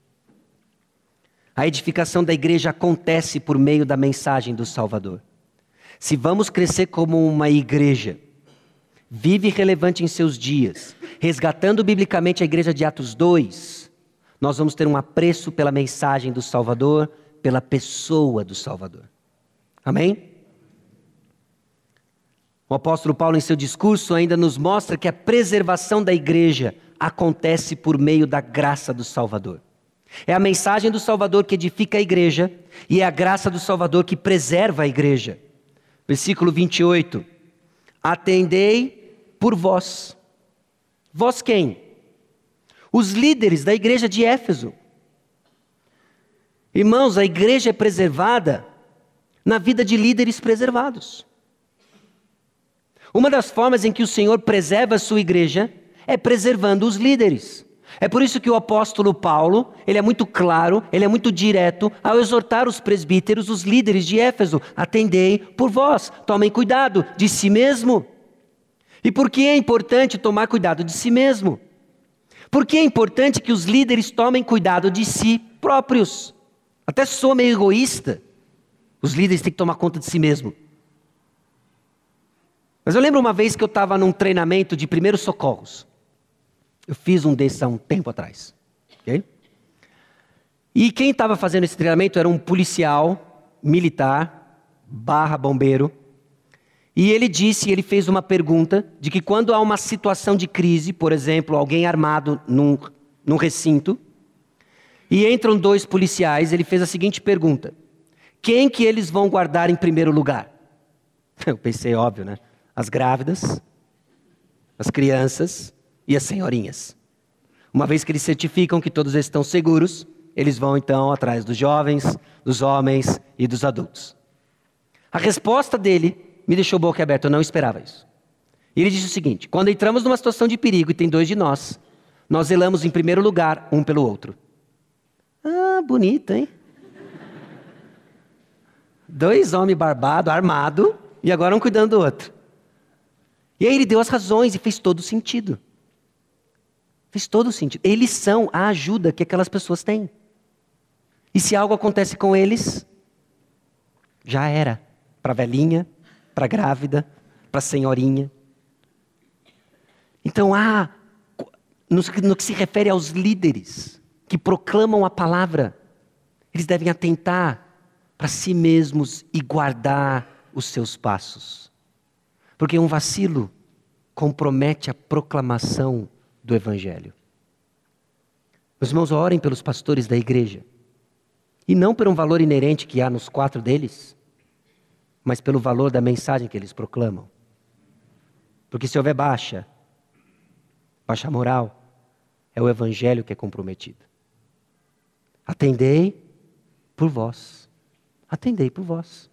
A edificação da igreja acontece por meio da mensagem do Salvador. Se vamos crescer como uma igreja, vive relevante em seus dias, resgatando biblicamente a igreja de Atos dois, nós vamos ter um apreço pela mensagem do Salvador, pela pessoa do Salvador. Amém? O apóstolo Paulo, em seu discurso, ainda nos mostra que a preservação da igreja acontece por meio da graça do Salvador. É a mensagem do Salvador que edifica a igreja e é a graça do Salvador que preserva a igreja. Versículo vinte e oito. Atendei por vós. Vós quem? Os líderes da igreja de Éfeso. Irmãos, a igreja é preservada na vida de líderes preservados. Uma das formas em que o Senhor preserva a sua igreja é preservando os líderes. É por isso que o apóstolo Paulo, ele é muito claro, ele é muito direto ao exortar os presbíteros, os líderes de Éfeso: atendei por vós, tomem cuidado de si mesmo. E por que é importante tomar cuidado de si mesmo? Porque é importante que os líderes tomem cuidado de si próprios. Até sou meio egoísta. Os líderes têm que tomar conta de si mesmo. Mas eu lembro uma vez que eu estava num treinamento de primeiros socorros. Eu fiz um desses há um tempo atrás. Okay? E quem estava fazendo esse treinamento era um policial militar, barra bombeiro. E ele disse, ele fez uma pergunta, de que quando há uma situação de crise, por exemplo, alguém armado num, num recinto, e entram dois policiais, ele fez a seguinte pergunta: quem que eles vão guardar em primeiro lugar? Eu pensei, óbvio, né? As grávidas, as crianças e as senhorinhas. Uma vez que eles certificam que todos estão seguros, eles vão então atrás dos jovens, dos homens e dos adultos. A resposta dele me deixou boca aberta, eu não esperava isso. Ele disse o seguinte: quando entramos numa situação de perigo e tem dois de nós, nós zelamos em primeiro lugar um pelo outro. Ah, bonito, hein? Dois homens barbados, armados, e agora um cuidando do outro. E aí ele deu as razões e fez todo sentido. Fez todo sentido. Eles são a ajuda que aquelas pessoas têm. E se algo acontece com eles, já era. Para a velhinha, para a grávida, para a senhorinha. Então, ah, no, no que se refere aos líderes que proclamam a palavra, eles devem atentar para si mesmos e guardar os seus passos. Porque um vacilo compromete a proclamação do Evangelho. Meus irmãos, orem pelos pastores da igreja. E não por um valor inerente que há nos quatro deles, mas pelo valor da mensagem que eles proclamam. Porque se houver baixa, baixa moral, é o Evangelho que é comprometido. Atendei por vós. Atendei por vós.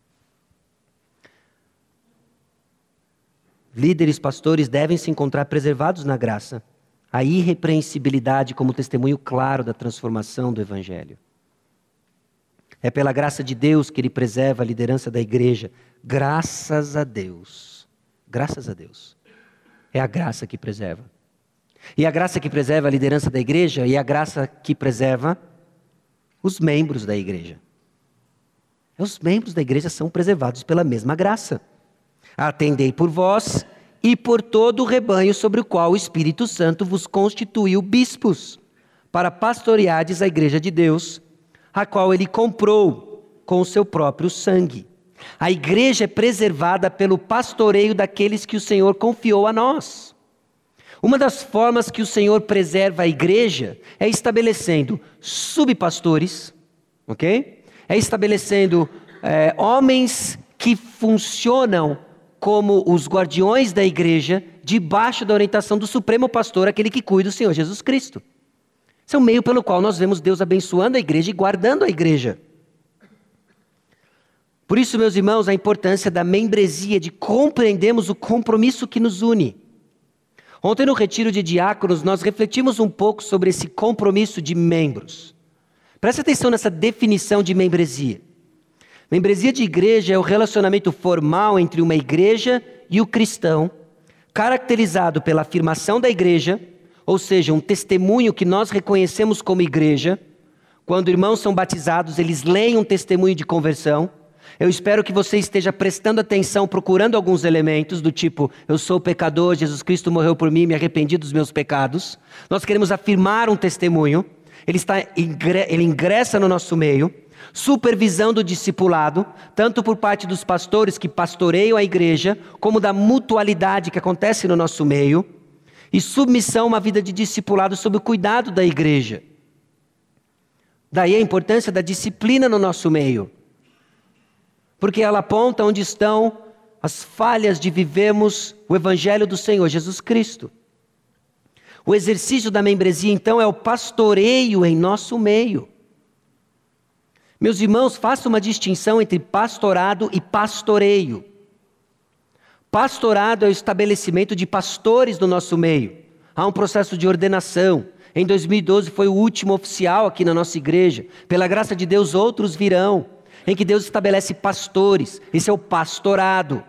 Líderes, pastores devem se encontrar preservados na graça, a irrepreensibilidade como testemunho claro da transformação do Evangelho. É pela graça de Deus que Ele preserva a liderança da igreja. Graças a Deus. Graças a Deus. É a graça que preserva. E a graça que preserva a liderança da igreja e a graça que preserva os membros da igreja. Os membros da igreja são preservados pela mesma graça. Atendei por vós e por todo o rebanho sobre o qual o Espírito Santo vos constituiu bispos, para pastoreardes a igreja de Deus, a qual ele comprou com o seu próprio sangue. A igreja é preservada pelo pastoreio daqueles que o Senhor confiou a nós. Uma das formas que o Senhor preserva a igreja é estabelecendo subpastores, ok? É estabelecendo é, homens que funcionam como os guardiões da igreja, debaixo da orientação do Supremo Pastor, aquele que cuida do Senhor Jesus Cristo. Esse é o meio pelo qual nós vemos Deus abençoando a igreja e guardando a igreja. Por isso, meus irmãos, a importância da membresia, de compreendermos o compromisso que nos une. Ontem no retiro de diáconos, nós refletimos um pouco sobre esse compromisso de membros. Preste atenção nessa definição de membresia. Membresia de igreja é o relacionamento formal entre uma igreja e o cristão, caracterizado pela afirmação da igreja, ou seja, um testemunho que nós reconhecemos como igreja. Quando irmãos são batizados, eles leem um testemunho de conversão. Eu espero que você esteja prestando atenção, procurando alguns elementos do tipo: eu sou pecador, Jesus Cristo morreu por mim, me arrependi dos meus pecados. Nós queremos afirmar um testemunho. Ele, está, ele ingressa no nosso meio, supervisão do discipulado, tanto por parte dos pastores que pastoreiam a igreja, como da mutualidade que acontece no nosso meio, e submissão a uma vida de discipulado sob o cuidado da igreja. Daí a importância da disciplina no nosso meio, porque ela aponta onde estão as falhas de vivermos o Evangelho do Senhor Jesus Cristo. O exercício da membresia, então, é o pastoreio em nosso meio. Meus irmãos, faça uma distinção entre pastorado e pastoreio. Pastorado é o estabelecimento de pastores no nosso meio. Há um processo de ordenação. Em dois mil e doze foi o último oficial aqui na nossa igreja. Pela graça de Deus, outros virão, em que Deus estabelece pastores. Esse é o pastorado.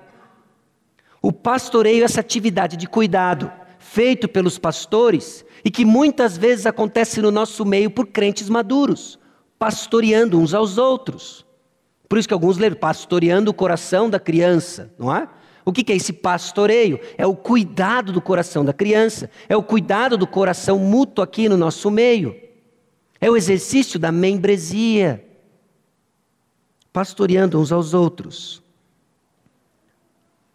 O pastoreio é essa atividade de cuidado, feito pelos pastores, e que muitas vezes acontece no nosso meio por crentes maduros, pastoreando uns aos outros. Por isso que alguns leram, pastoreando o coração da criança, não é? O que é esse pastoreio? É o cuidado do coração da criança, é o cuidado do coração mútuo aqui no nosso meio. É o exercício da membresia, pastoreando uns aos outros.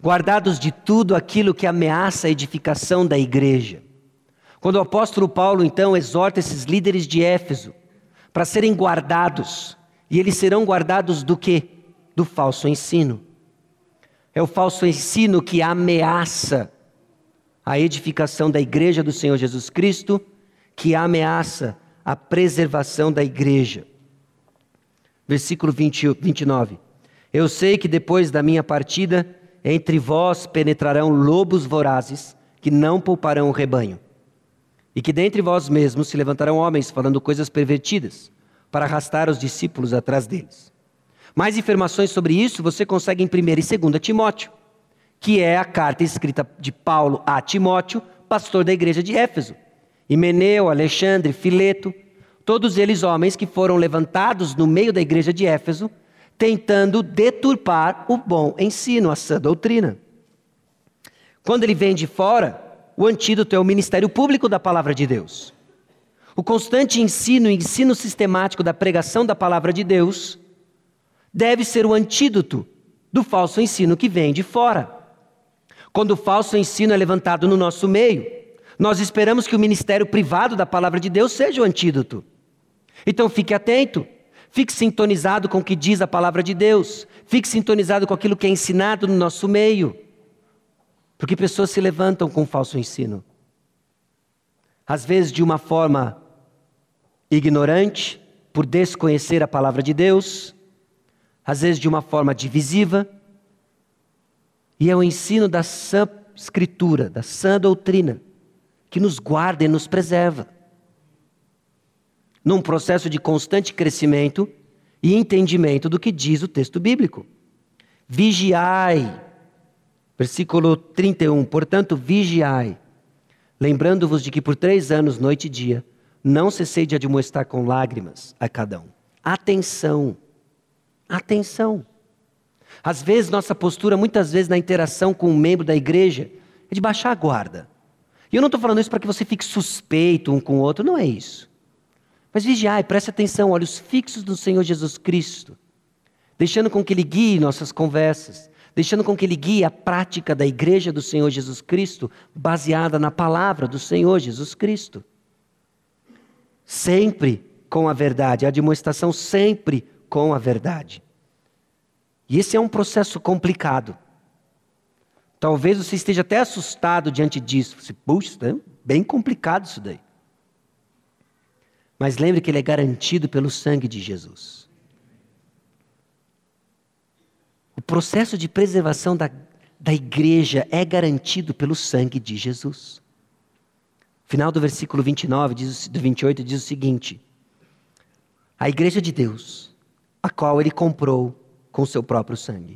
guardados de tudo aquilo que ameaça a edificação da igreja. Quando o apóstolo Paulo, então, exorta esses líderes de Éfeso para serem guardados, e eles serão guardados do quê? Do falso ensino. É o falso ensino que ameaça a edificação da igreja do Senhor Jesus Cristo, que ameaça a preservação da igreja. Versículo vinte, vinte e nove. Eu sei que depois da minha partida, entre vós penetrarão lobos vorazes, que não pouparão o rebanho. E que dentre vós mesmos se levantarão homens falando coisas pervertidas, para arrastar os discípulos atrás deles. Mais informações sobre isso você consegue em primeira e segunda Timóteo, que é a carta escrita de Paulo a Timóteo, pastor da igreja de Éfeso. Himeneu, Alexandre, Fileto, todos eles homens que foram levantados no meio da igreja de Éfeso, tentando deturpar o bom ensino, a sã doutrina. Quando ele vem de fora, o antídoto é o ministério público da palavra de Deus. O constante ensino, o ensino sistemático da pregação da palavra de Deus, deve ser o antídoto do falso ensino que vem de fora. Quando o falso ensino é levantado no nosso meio, nós esperamos que o ministério privado da palavra de Deus seja o antídoto. Então fique atento, fique sintonizado com o que diz a palavra de Deus, fique sintonizado com aquilo que é ensinado no nosso meio, porque pessoas se levantam com falso ensino. Às vezes de uma forma ignorante, por desconhecer a palavra de Deus, às vezes de uma forma divisiva, e é o ensino da sã escritura, da sã doutrina, que nos guarda e nos preserva. Num processo de constante crescimento e entendimento do que diz o texto bíblico. Vigiai, versículo trinta e um, portanto vigiai, lembrando-vos de que por três anos, noite e dia, não cessei de admoestar com lágrimas a cada um. Atenção, atenção. Às vezes nossa postura, muitas vezes na interação com um membro da igreja, é de baixar a guarda. E eu não estou falando isso para que você fique suspeito um com o outro, não é isso. Mas vigiai, preste atenção, olhos fixos no Senhor Jesus Cristo, deixando com que Ele guie nossas conversas, deixando com que Ele guie a prática da igreja do Senhor Jesus Cristo, baseada na palavra do Senhor Jesus Cristo. Sempre com a verdade, a demonstração sempre com a verdade. E esse é um processo complicado. Talvez você esteja até assustado diante disso. Você, puxa, é bem complicado isso daí. Mas lembre que ele é garantido pelo sangue de Jesus. O processo de preservação da, da igreja é garantido pelo sangue de Jesus. Final do versículo vinte e nove, diz, do vinte e oito, diz o seguinte: a igreja de Deus, a qual ele comprou com seu próprio sangue.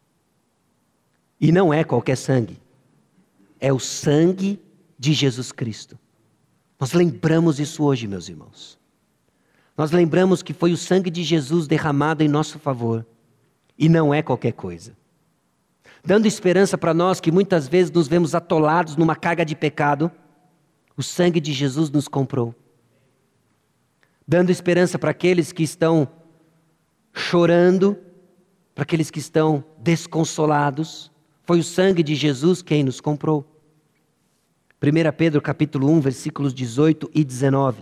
E não é qualquer sangue, é o sangue de Jesus Cristo. Nós lembramos isso hoje, meus irmãos. Nós lembramos que foi o sangue de Jesus derramado em nosso favor. E não é qualquer coisa. Dando esperança para nós que muitas vezes nos vemos atolados numa carga de pecado, o sangue de Jesus nos comprou. Dando esperança para aqueles que estão chorando, para aqueles que estão desconsolados, foi o sangue de Jesus quem nos comprou. primeira Pedro capítulo um, versículos dezoito e dezenove.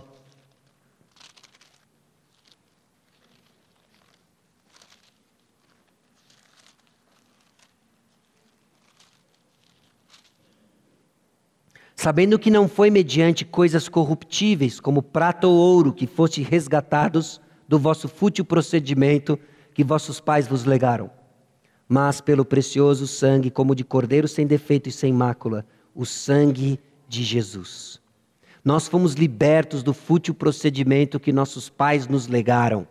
Sabendo que não foi mediante coisas corruptíveis, como prata ou ouro, que foste resgatados do vosso fútil procedimento que vossos pais vos legaram, mas pelo precioso sangue, como de cordeiro sem defeito e sem mácula, o sangue de Jesus. Nós fomos libertos do fútil procedimento que nossos pais nos legaram,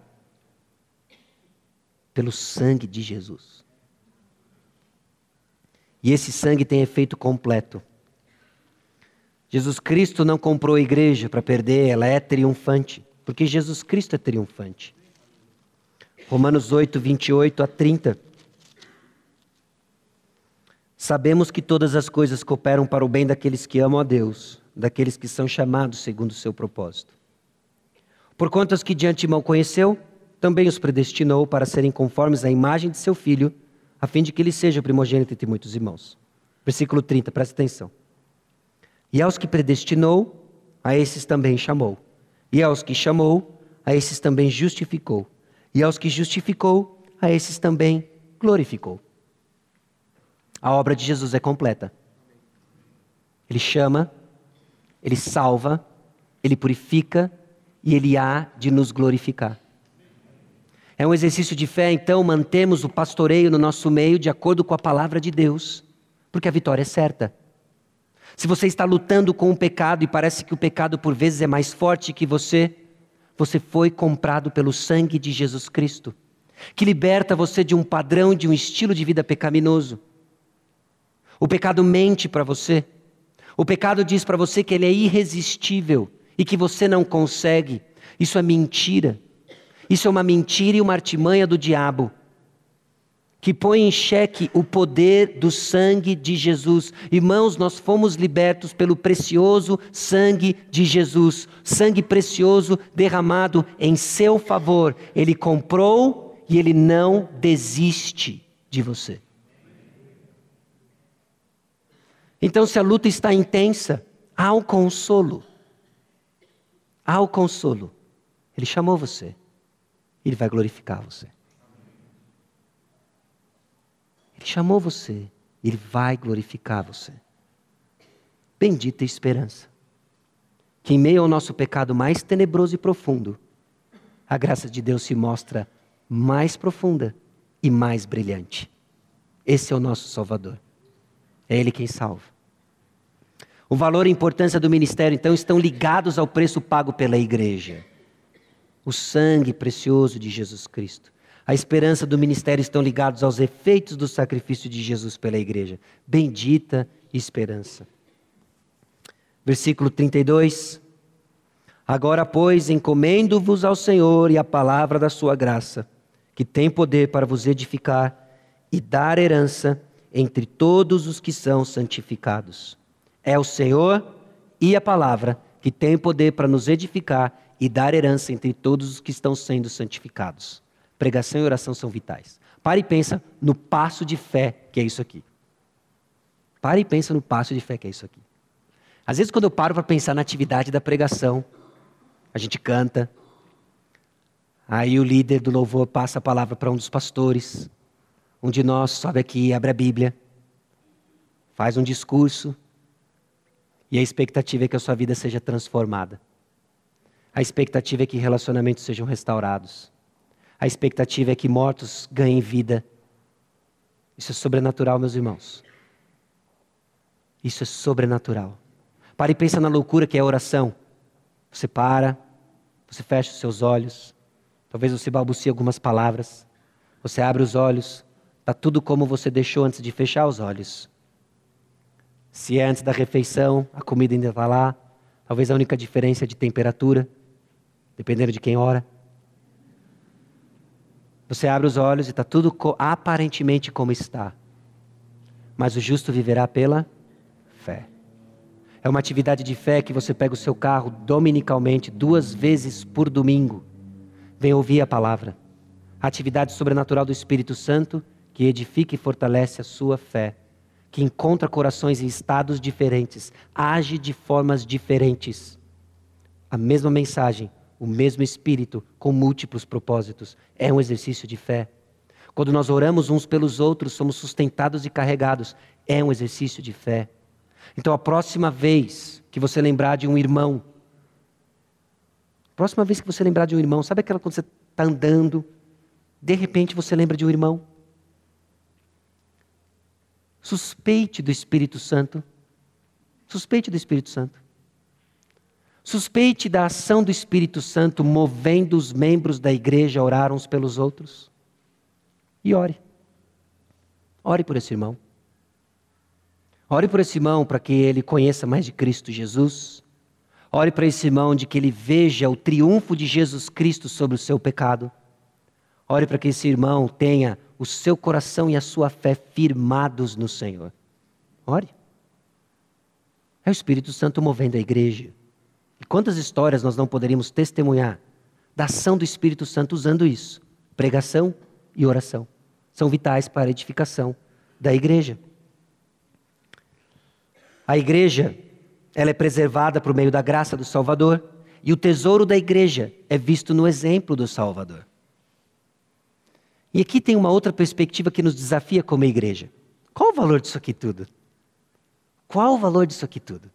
pelo sangue de Jesus. E esse sangue tem efeito completo. Jesus Cristo não comprou a igreja para perder, ela é triunfante, porque Jesus Cristo é triunfante. Romanos oito, vinte e oito a trinta. Sabemos que todas as coisas cooperam para o bem daqueles que amam a Deus, daqueles que são chamados segundo o seu propósito. Porquanto os que de antemão conheceu, também os predestinou para serem conformes à imagem de seu Filho, a fim de que ele seja o primogênito entre muitos irmãos. Versículo trinta, presta atenção. E aos que predestinou, a esses também chamou. E aos que chamou, a esses também justificou. E aos que justificou, a esses também glorificou. A obra de Jesus é completa. Ele chama, ele salva, ele purifica e ele há de nos glorificar. É um exercício de fé, então, mantemos o pastoreio no nosso meio de acordo com a palavra de Deus, porque a vitória é certa. Se você está lutando com o pecado e parece que o pecado por vezes é mais forte que você, você foi comprado pelo sangue de Jesus Cristo, que liberta você de um padrão, de um estilo de vida pecaminoso. O pecado mente para você. O pecado diz para você que ele é irresistível e que você não consegue. Isso é mentira. Isso é uma mentira e uma artimanha do diabo, que põe em xeque o poder do sangue de Jesus. Irmãos, nós fomos libertos pelo precioso sangue de Jesus. Sangue precioso derramado em seu favor. Ele comprou e ele não desiste de você. Então, se a luta está intensa, há um consolo. Há o consolo. Ele chamou você. Ele vai glorificar você. Ele chamou você. Ele vai glorificar você. Bendita esperança. Que em meio ao nosso pecado mais tenebroso e profundo, a graça de Deus se mostra mais profunda e mais brilhante. Esse é o nosso Salvador. É Ele quem salva. O valor e a importância do ministério, então, estão ligados ao preço pago pela igreja. O sangue precioso de Jesus Cristo. A esperança do ministério estão ligados aos efeitos do sacrifício de Jesus pela igreja. Bendita esperança. Versículo trinta e dois. Agora, pois, encomendo-vos ao Senhor e à palavra da sua graça, que tem poder para vos edificar e dar herança entre todos os que são santificados. É o Senhor e a palavra que tem poder para nos edificar e dar herança entre todos os que estão sendo santificados. Pregação e oração são vitais. Pare e pensa no passo de fé que é isso aqui. Pare e pensa no passo de fé que é isso aqui. Às vezes, quando eu paro para pensar na atividade da pregação, a gente canta, aí o líder do louvor passa a palavra para um dos pastores, um de nós sobe aqui, abre a Bíblia, faz um discurso, e a expectativa é que a sua vida seja transformada. A expectativa é que relacionamentos sejam restaurados. A expectativa é que mortos ganhem vida. Isso é sobrenatural, meus irmãos. Isso é sobrenatural. Pare e pensa na loucura que é a oração. Você para, você fecha os seus olhos, talvez você balbucie algumas palavras, você abre os olhos, está tudo como você deixou antes de fechar os olhos. Se é antes da refeição, a comida ainda está lá, talvez a única diferença é de temperatura, dependendo de quem ora. Você abre os olhos e está tudo co- aparentemente como está, mas o justo viverá pela fé. É uma atividade de fé que você pega o seu carro dominicalmente, duas vezes por domingo. Vem ouvir a palavra. A atividade sobrenatural do Espírito Santo que edifica e fortalece a sua fé. Que encontra corações em estados diferentes. Age de formas diferentes. A mesma mensagem, o mesmo Espírito, com múltiplos propósitos. É um exercício de fé. Quando nós oramos uns pelos outros, somos sustentados e carregados. É um exercício de fé. Então, a próxima vez que você lembrar de um irmão, próxima vez que você lembrar de um irmão, sabe aquela quando você está andando, de repente você lembra de um irmão? Suspeite do Espírito Santo. Suspeite do Espírito Santo. Suspeite da ação do Espírito Santo movendo os membros da igreja a orar uns pelos outros. E ore. Ore por esse irmão. Ore por esse irmão para que ele conheça mais de Cristo Jesus. Ore para esse irmão de que ele veja o triunfo de Jesus Cristo sobre o seu pecado. Ore para que esse irmão tenha o seu coração e a sua fé firmados no Senhor. Ore. É o Espírito Santo movendo a igreja. E quantas histórias nós não poderíamos testemunhar da ação do Espírito Santo usando isso? Pregação e oração. são vitais para a edificação da igreja. A igreja, ela é preservada por meio da graça do Salvador, e o tesouro da igreja é visto no exemplo do Salvador. E aqui tem uma outra perspectiva que nos desafia como igreja. Qual o valor disso aqui tudo? Qual o valor disso aqui tudo?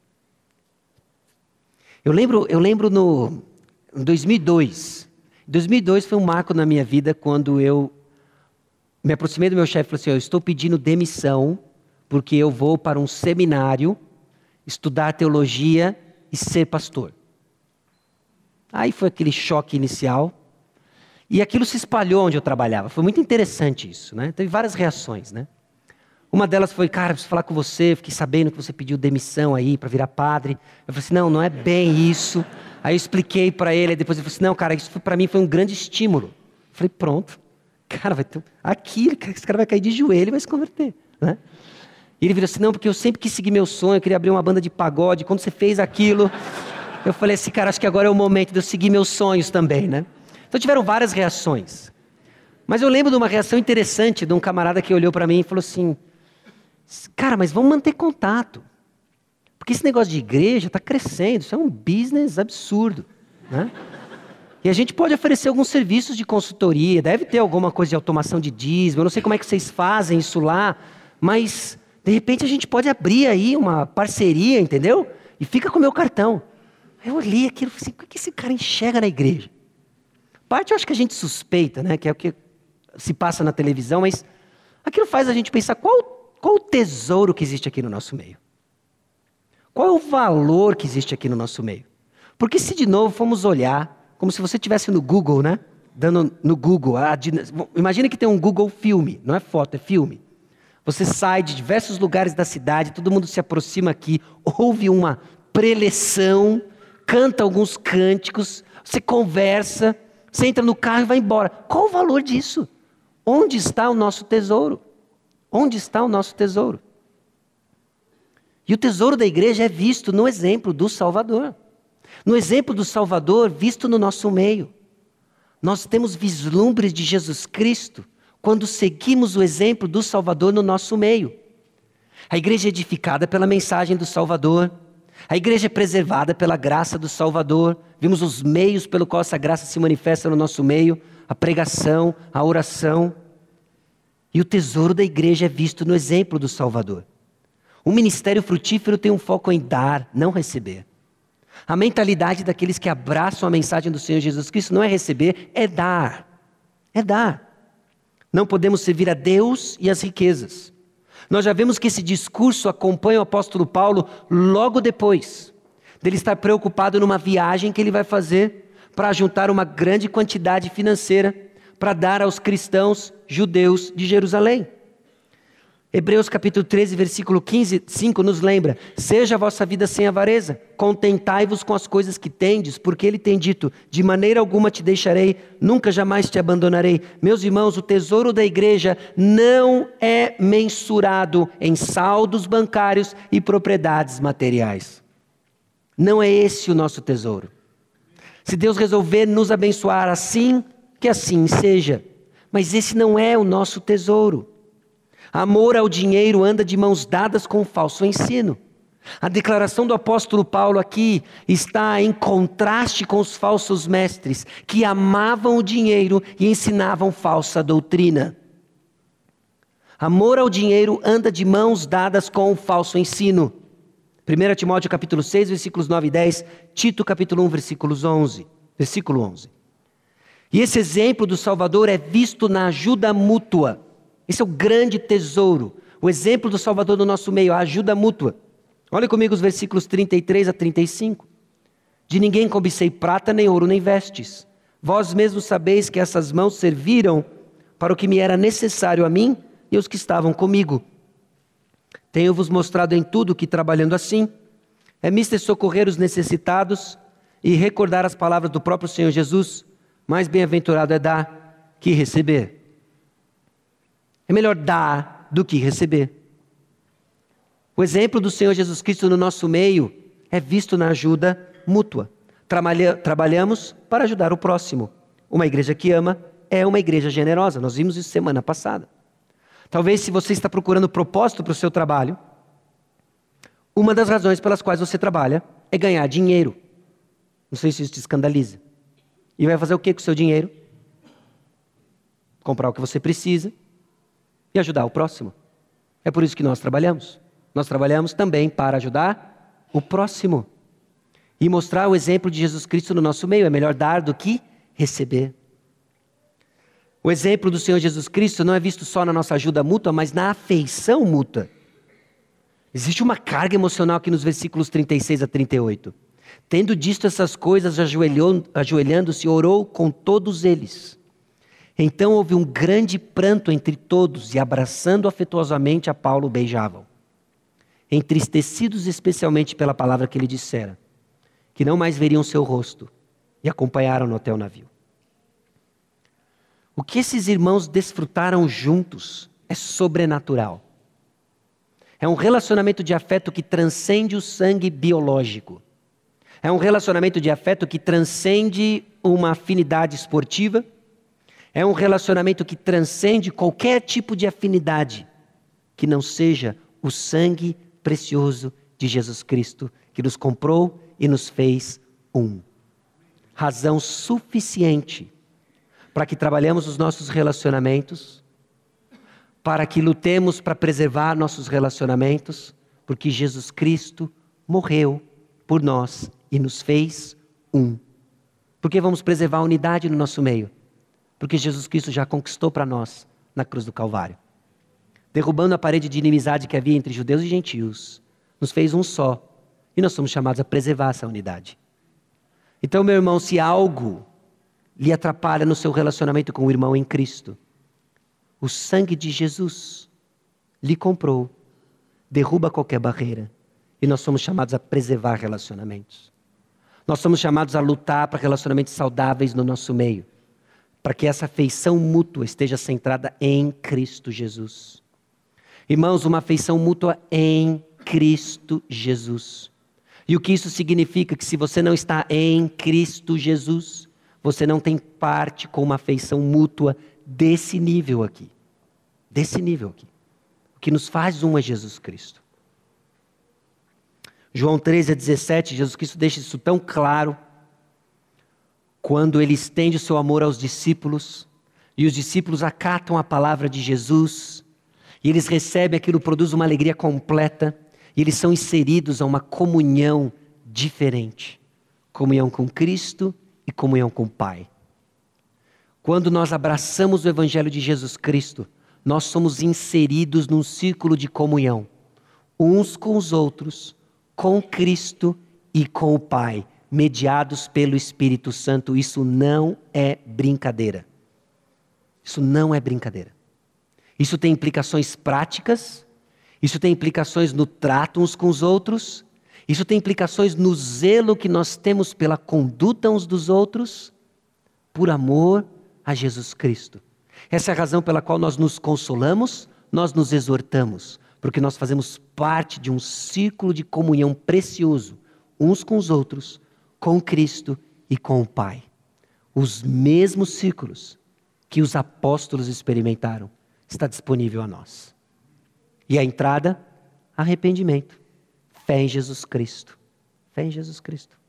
Eu lembro, eu lembro no em dois mil e dois. dois mil e dois foi um marco na minha vida quando eu me aproximei do meu chefe e falei assim, eu estou pedindo demissão porque eu vou para um seminário estudar teologia e ser pastor. Aí foi aquele choque inicial. E aquilo se espalhou onde eu trabalhava. Foi muito interessante isso, né? Teve várias reações, né? Uma delas foi, cara, preciso falar com você, fiquei sabendo que você pediu demissão aí para virar padre. Eu falei assim, não, não é bem isso. Aí eu expliquei para ele, aí depois ele falou assim, não, cara, isso para mim foi um grande estímulo. Eu falei, pronto, cara, vai ter... aqui, esse cara vai cair de joelho e vai se converter, né? E ele virou assim, não, porque eu sempre quis seguir meu sonho, eu queria abrir uma banda de pagode, quando você fez aquilo, eu falei assim, cara, acho que agora é o momento de eu seguir meus sonhos também, né? Então tiveram várias reações. Mas eu lembro de uma reação interessante de um camarada que olhou para mim e falou assim, cara, mas vamos manter contato. Porque esse negócio de igreja está crescendo, isso é um business absurdo, né? E a gente pode oferecer alguns serviços de consultoria, deve ter alguma coisa de automação de dízimo, eu não sei como é que vocês fazem isso lá, mas de repente a gente pode abrir aí uma parceria, entendeu? E fica com o meu cartão. Eu olhei aquilo e falei assim, o que esse cara enxerga na igreja? Parte eu acho que a gente suspeita, né? Que é o que se passa na televisão, mas aquilo faz a gente pensar qual, qual o tesouro que existe aqui no nosso meio. Qual é o valor que existe aqui no nosso meio? Porque se de novo formos olhar, como se você estivesse no Google, né? Dando no Google, a, imagina que tem um Google filme, não é foto, é filme. Você sai de diversos lugares da cidade, todo mundo se aproxima aqui, ouve uma preleção, canta alguns cânticos, você conversa, você entra no carro e vai embora. Qual o valor disso? Onde está o nosso tesouro? Onde está o nosso tesouro? E o tesouro da igreja é visto no exemplo do Salvador. No exemplo do Salvador visto no nosso meio. Nós temos vislumbres de Jesus Cristo quando seguimos o exemplo do Salvador no nosso meio. A igreja é edificada pela mensagem do Salvador. A igreja é preservada pela graça do Salvador. Vimos os meios pelo qual essa graça se manifesta no nosso meio. A pregação, a oração. E o tesouro da igreja é visto no exemplo do Salvador. O ministério frutífero tem um foco em dar, não receber. A mentalidade daqueles que abraçam a mensagem do Senhor Jesus Cristo não é receber, é dar. É dar. Não podemos servir a Deus e as riquezas. Nós já vemos que esse discurso acompanha o apóstolo Paulo logo depois dele estar preocupado numa viagem que ele vai fazer para juntar uma grande quantidade financeira para dar aos cristãos judeus de Jerusalém. Hebreus capítulo treze, versículo quinze, cinco nos lembra: seja a vossa vida sem avareza, contentai-vos com as coisas que tendes, porque ele tem dito: de maneira alguma te deixarei, nunca jamais te abandonarei. Meus irmãos, o tesouro da igreja não é mensurado em saldos bancários e propriedades materiais. Não é esse o nosso tesouro. Se Deus resolver nos abençoar assim, que assim seja. Mas esse não é o nosso tesouro. Amor ao dinheiro anda de mãos dadas com o falso ensino. A declaração do apóstolo Paulo aqui está em contraste com os falsos mestres que amavam o dinheiro e ensinavam falsa doutrina. Amor ao dinheiro anda de mãos dadas com o falso ensino. primeiro Timóteo capítulo seis, versículos nove e dez, Tito capítulo um, versículos onze, versículo onze. E esse exemplo do Salvador é visto na ajuda mútua. Esse é o grande tesouro, o exemplo do Salvador no nosso meio, a ajuda mútua. Olha comigo os versículos trinta e três a trinta e cinco. De ninguém cobicei prata, nem ouro, nem vestes. Vós mesmos sabeis que essas mãos serviram para o que me era necessário a mim e aos que estavam comigo. Tenho-vos mostrado em tudo que, trabalhando assim, é mister socorrer os necessitados e recordar as palavras do próprio Senhor Jesus: mais bem-aventurado é dar que receber. É melhor dar do que receber. O exemplo do Senhor Jesus Cristo no nosso meio é visto na ajuda mútua. Trabalha, trabalhamos para ajudar o próximo. Uma igreja que ama é uma igreja generosa. Nós vimos isso semana passada. Talvez se você está procurando propósito para o seu trabalho, uma das razões pelas quais você trabalha é ganhar dinheiro. Não sei se isso te escandaliza. E vai fazer o que com o seu dinheiro? Comprar o que você precisa e ajudar o próximo. É por isso que nós trabalhamos. Nós trabalhamos também para ajudar o próximo. E mostrar o exemplo de Jesus Cristo no nosso meio. É melhor dar do que receber. O exemplo do Senhor Jesus Cristo não é visto só na nossa ajuda mútua, mas na afeição mútua. Existe uma carga emocional aqui nos versículos trinta e seis a trinta e oito. Tendo dito essas coisas, ajoelhando-se, orou com todos eles. Então houve um grande pranto entre todos e, abraçando afetuosamente a Paulo, o beijavam. Entristecidos especialmente pela palavra que ele dissera, que não mais veriam seu rosto, e acompanharam-no até o navio. O que esses irmãos desfrutaram juntos é sobrenatural. É um relacionamento de afeto que transcende o sangue biológico. É um relacionamento de afeto que transcende uma afinidade esportiva. É um relacionamento que transcende qualquer tipo de afinidade que não seja o sangue precioso de Jesus Cristo, que nos comprou e nos fez um. Razão suficiente para que trabalhemos os nossos relacionamentos, para que lutemos para preservar nossos relacionamentos, porque Jesus Cristo morreu por nós e nos fez um. Por que vamos preservar a unidade no nosso meio? Porque Jesus Cristo já conquistou para nós na cruz do Calvário. Derrubando a parede de inimizade que havia entre judeus e gentios, nos fez um só. E nós somos chamados a preservar essa unidade. Então, meu irmão, se algo lhe atrapalha no seu relacionamento com o irmão em Cristo, o sangue de Jesus lhe comprou, derruba qualquer barreira. E nós somos chamados a preservar relacionamentos. Nós somos chamados a lutar para relacionamentos saudáveis no nosso meio, para que essa afeição mútua esteja centrada em Cristo Jesus. Irmãos, uma afeição mútua em Cristo Jesus. E o que isso significa? Que se você não está em Cristo Jesus, você não tem parte com uma afeição mútua desse nível aqui. Desse nível aqui. O que nos faz um é Jesus Cristo. João treze a dezessete, Jesus Cristo deixa isso tão claro, quando ele estende o seu amor aos discípulos, e os discípulos acatam a palavra de Jesus, e eles recebem aquilo, produz uma alegria completa, e eles são inseridos a uma comunhão diferente. Comunhão com Cristo e comunhão com o Pai. Quando nós abraçamos o Evangelho de Jesus Cristo, nós somos inseridos num círculo de comunhão, uns com os outros, com Cristo e com o Pai, mediados pelo Espírito Santo. Isso não é brincadeira. Isso não é brincadeira. Isso tem implicações práticas, isso tem implicações no trato uns com os outros, isso tem implicações no zelo que nós temos pela conduta uns dos outros, por amor a Jesus Cristo. Essa é a razão pela qual nós nos consolamos, nós nos exortamos, porque nós fazemos parte de um círculo de comunhão precioso, uns com os outros, com Cristo e com o Pai. Os mesmos círculos que os apóstolos experimentaram está disponível a nós. E a entrada? Arrependimento. Fé em Jesus Cristo. Fé em Jesus Cristo.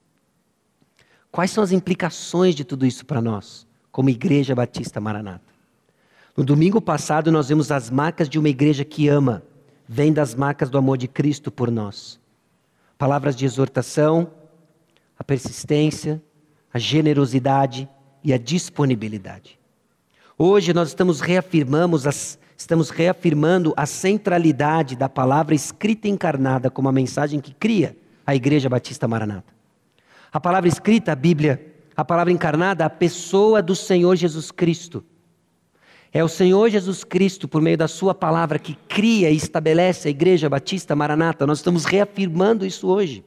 Quais são as implicações de tudo isso para nós, como Igreja Batista Maranata? No domingo passado nós vimos as marcas de uma igreja que ama, vem das marcas do amor de Cristo por nós. Palavras de exortação, a persistência, a generosidade e a disponibilidade. Hoje nós estamos, reafirmamos as, estamos reafirmando a centralidade da palavra escrita e encarnada como a mensagem que cria a Igreja Batista Maranata. A palavra escrita, a Bíblia, a palavra encarnada, a pessoa do Senhor Jesus Cristo. É o Senhor Jesus Cristo, por meio da sua palavra, que cria e estabelece a Igreja Batista Maranata. Nós estamos reafirmando isso hoje.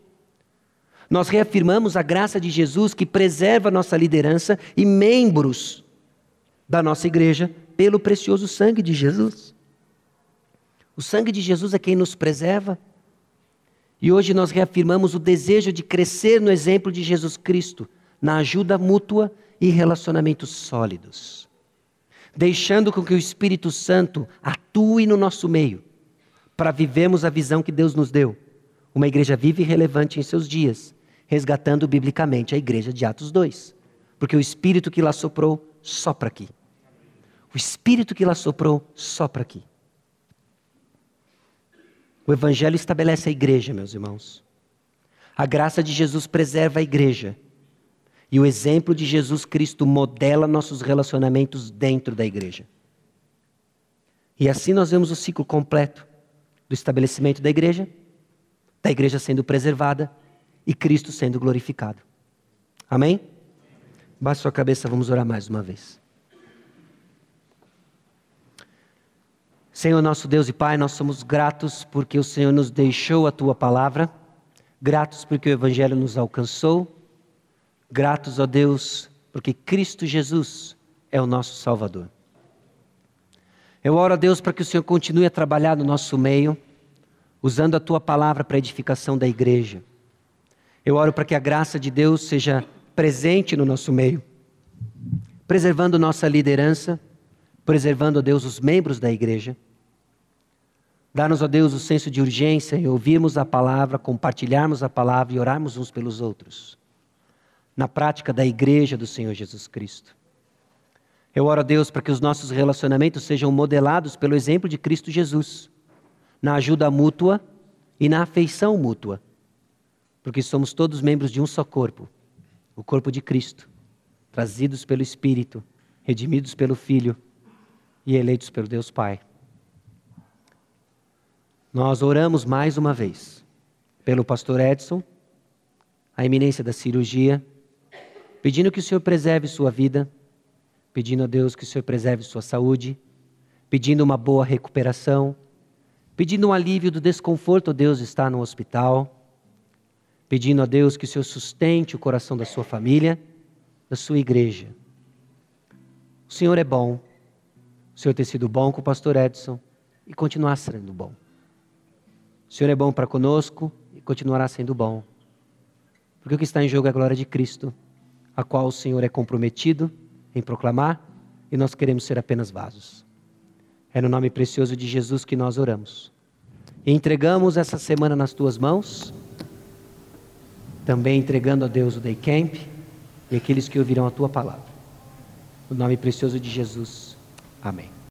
Nós reafirmamos a graça de Jesus que preserva a nossa liderança e membros da nossa igreja pelo precioso sangue de Jesus. O sangue de Jesus é quem nos preserva. E hoje nós reafirmamos o desejo de crescer no exemplo de Jesus Cristo, na ajuda mútua e relacionamentos sólidos. deixando com que o Espírito Santo atue no nosso meio, para vivermos a visão que Deus nos deu. Uma igreja viva e relevante em seus dias, resgatando biblicamente a igreja de Atos dois. Porque o Espírito que lá soprou, sopra aqui. O Espírito que lá soprou, sopra aqui. O Evangelho estabelece a igreja, meus irmãos. A graça de Jesus preserva a igreja. E o exemplo de Jesus Cristo modela nossos relacionamentos dentro da igreja. E assim nós vemos o ciclo completo do estabelecimento da igreja, da igreja sendo preservada e Cristo sendo glorificado. Amém? Baixe sua cabeça, vamos orar mais uma vez. Senhor nosso Deus e Pai, nós somos gratos porque o Senhor nos deixou a Tua palavra, gratos porque o Evangelho nos alcançou, gratos, ó Deus, porque Cristo Jesus é o nosso Salvador. Eu oro a Deus para que o Senhor continue a trabalhar no nosso meio, usando a Tua palavra para a edificação da igreja. Eu oro para que a graça de Deus seja presente no nosso meio, preservando nossa liderança, preservando, ó Deus, os membros da igreja. Dá-nos, ó Deus, o senso de urgência em ouvirmos a palavra, compartilharmos a palavra e orarmos uns pelos outros, na prática da igreja do Senhor Jesus Cristo. Eu oro a Deus para que os nossos relacionamentos sejam modelados pelo exemplo de Cristo Jesus, na ajuda mútua e na afeição mútua, porque somos todos membros de um só corpo, o corpo de Cristo, trazidos pelo Espírito, redimidos pelo Filho e eleitos pelo Deus Pai. Nós oramos mais uma vez pelo pastor Edson, a iminência da cirurgia, pedindo que o Senhor preserve sua vida, pedindo a Deus que o Senhor preserve sua saúde, pedindo uma boa recuperação, pedindo um alívio do desconforto, ó Deus, está no hospital, pedindo a Deus que o Senhor sustente o coração da sua família, da sua igreja. O Senhor é bom, o Senhor tem sido bom com o pastor Edson e continuar sendo bom. O Senhor é bom para conosco e continuará sendo bom, porque o que está em jogo é a glória de Cristo, a qual o Senhor é comprometido em proclamar e nós queremos ser apenas vasos. É no nome precioso de Jesus que nós oramos. E entregamos essa semana nas tuas mãos, também entregando a Deus o Day Camp e aqueles que ouvirão a tua palavra. No nome precioso de Jesus. Amém.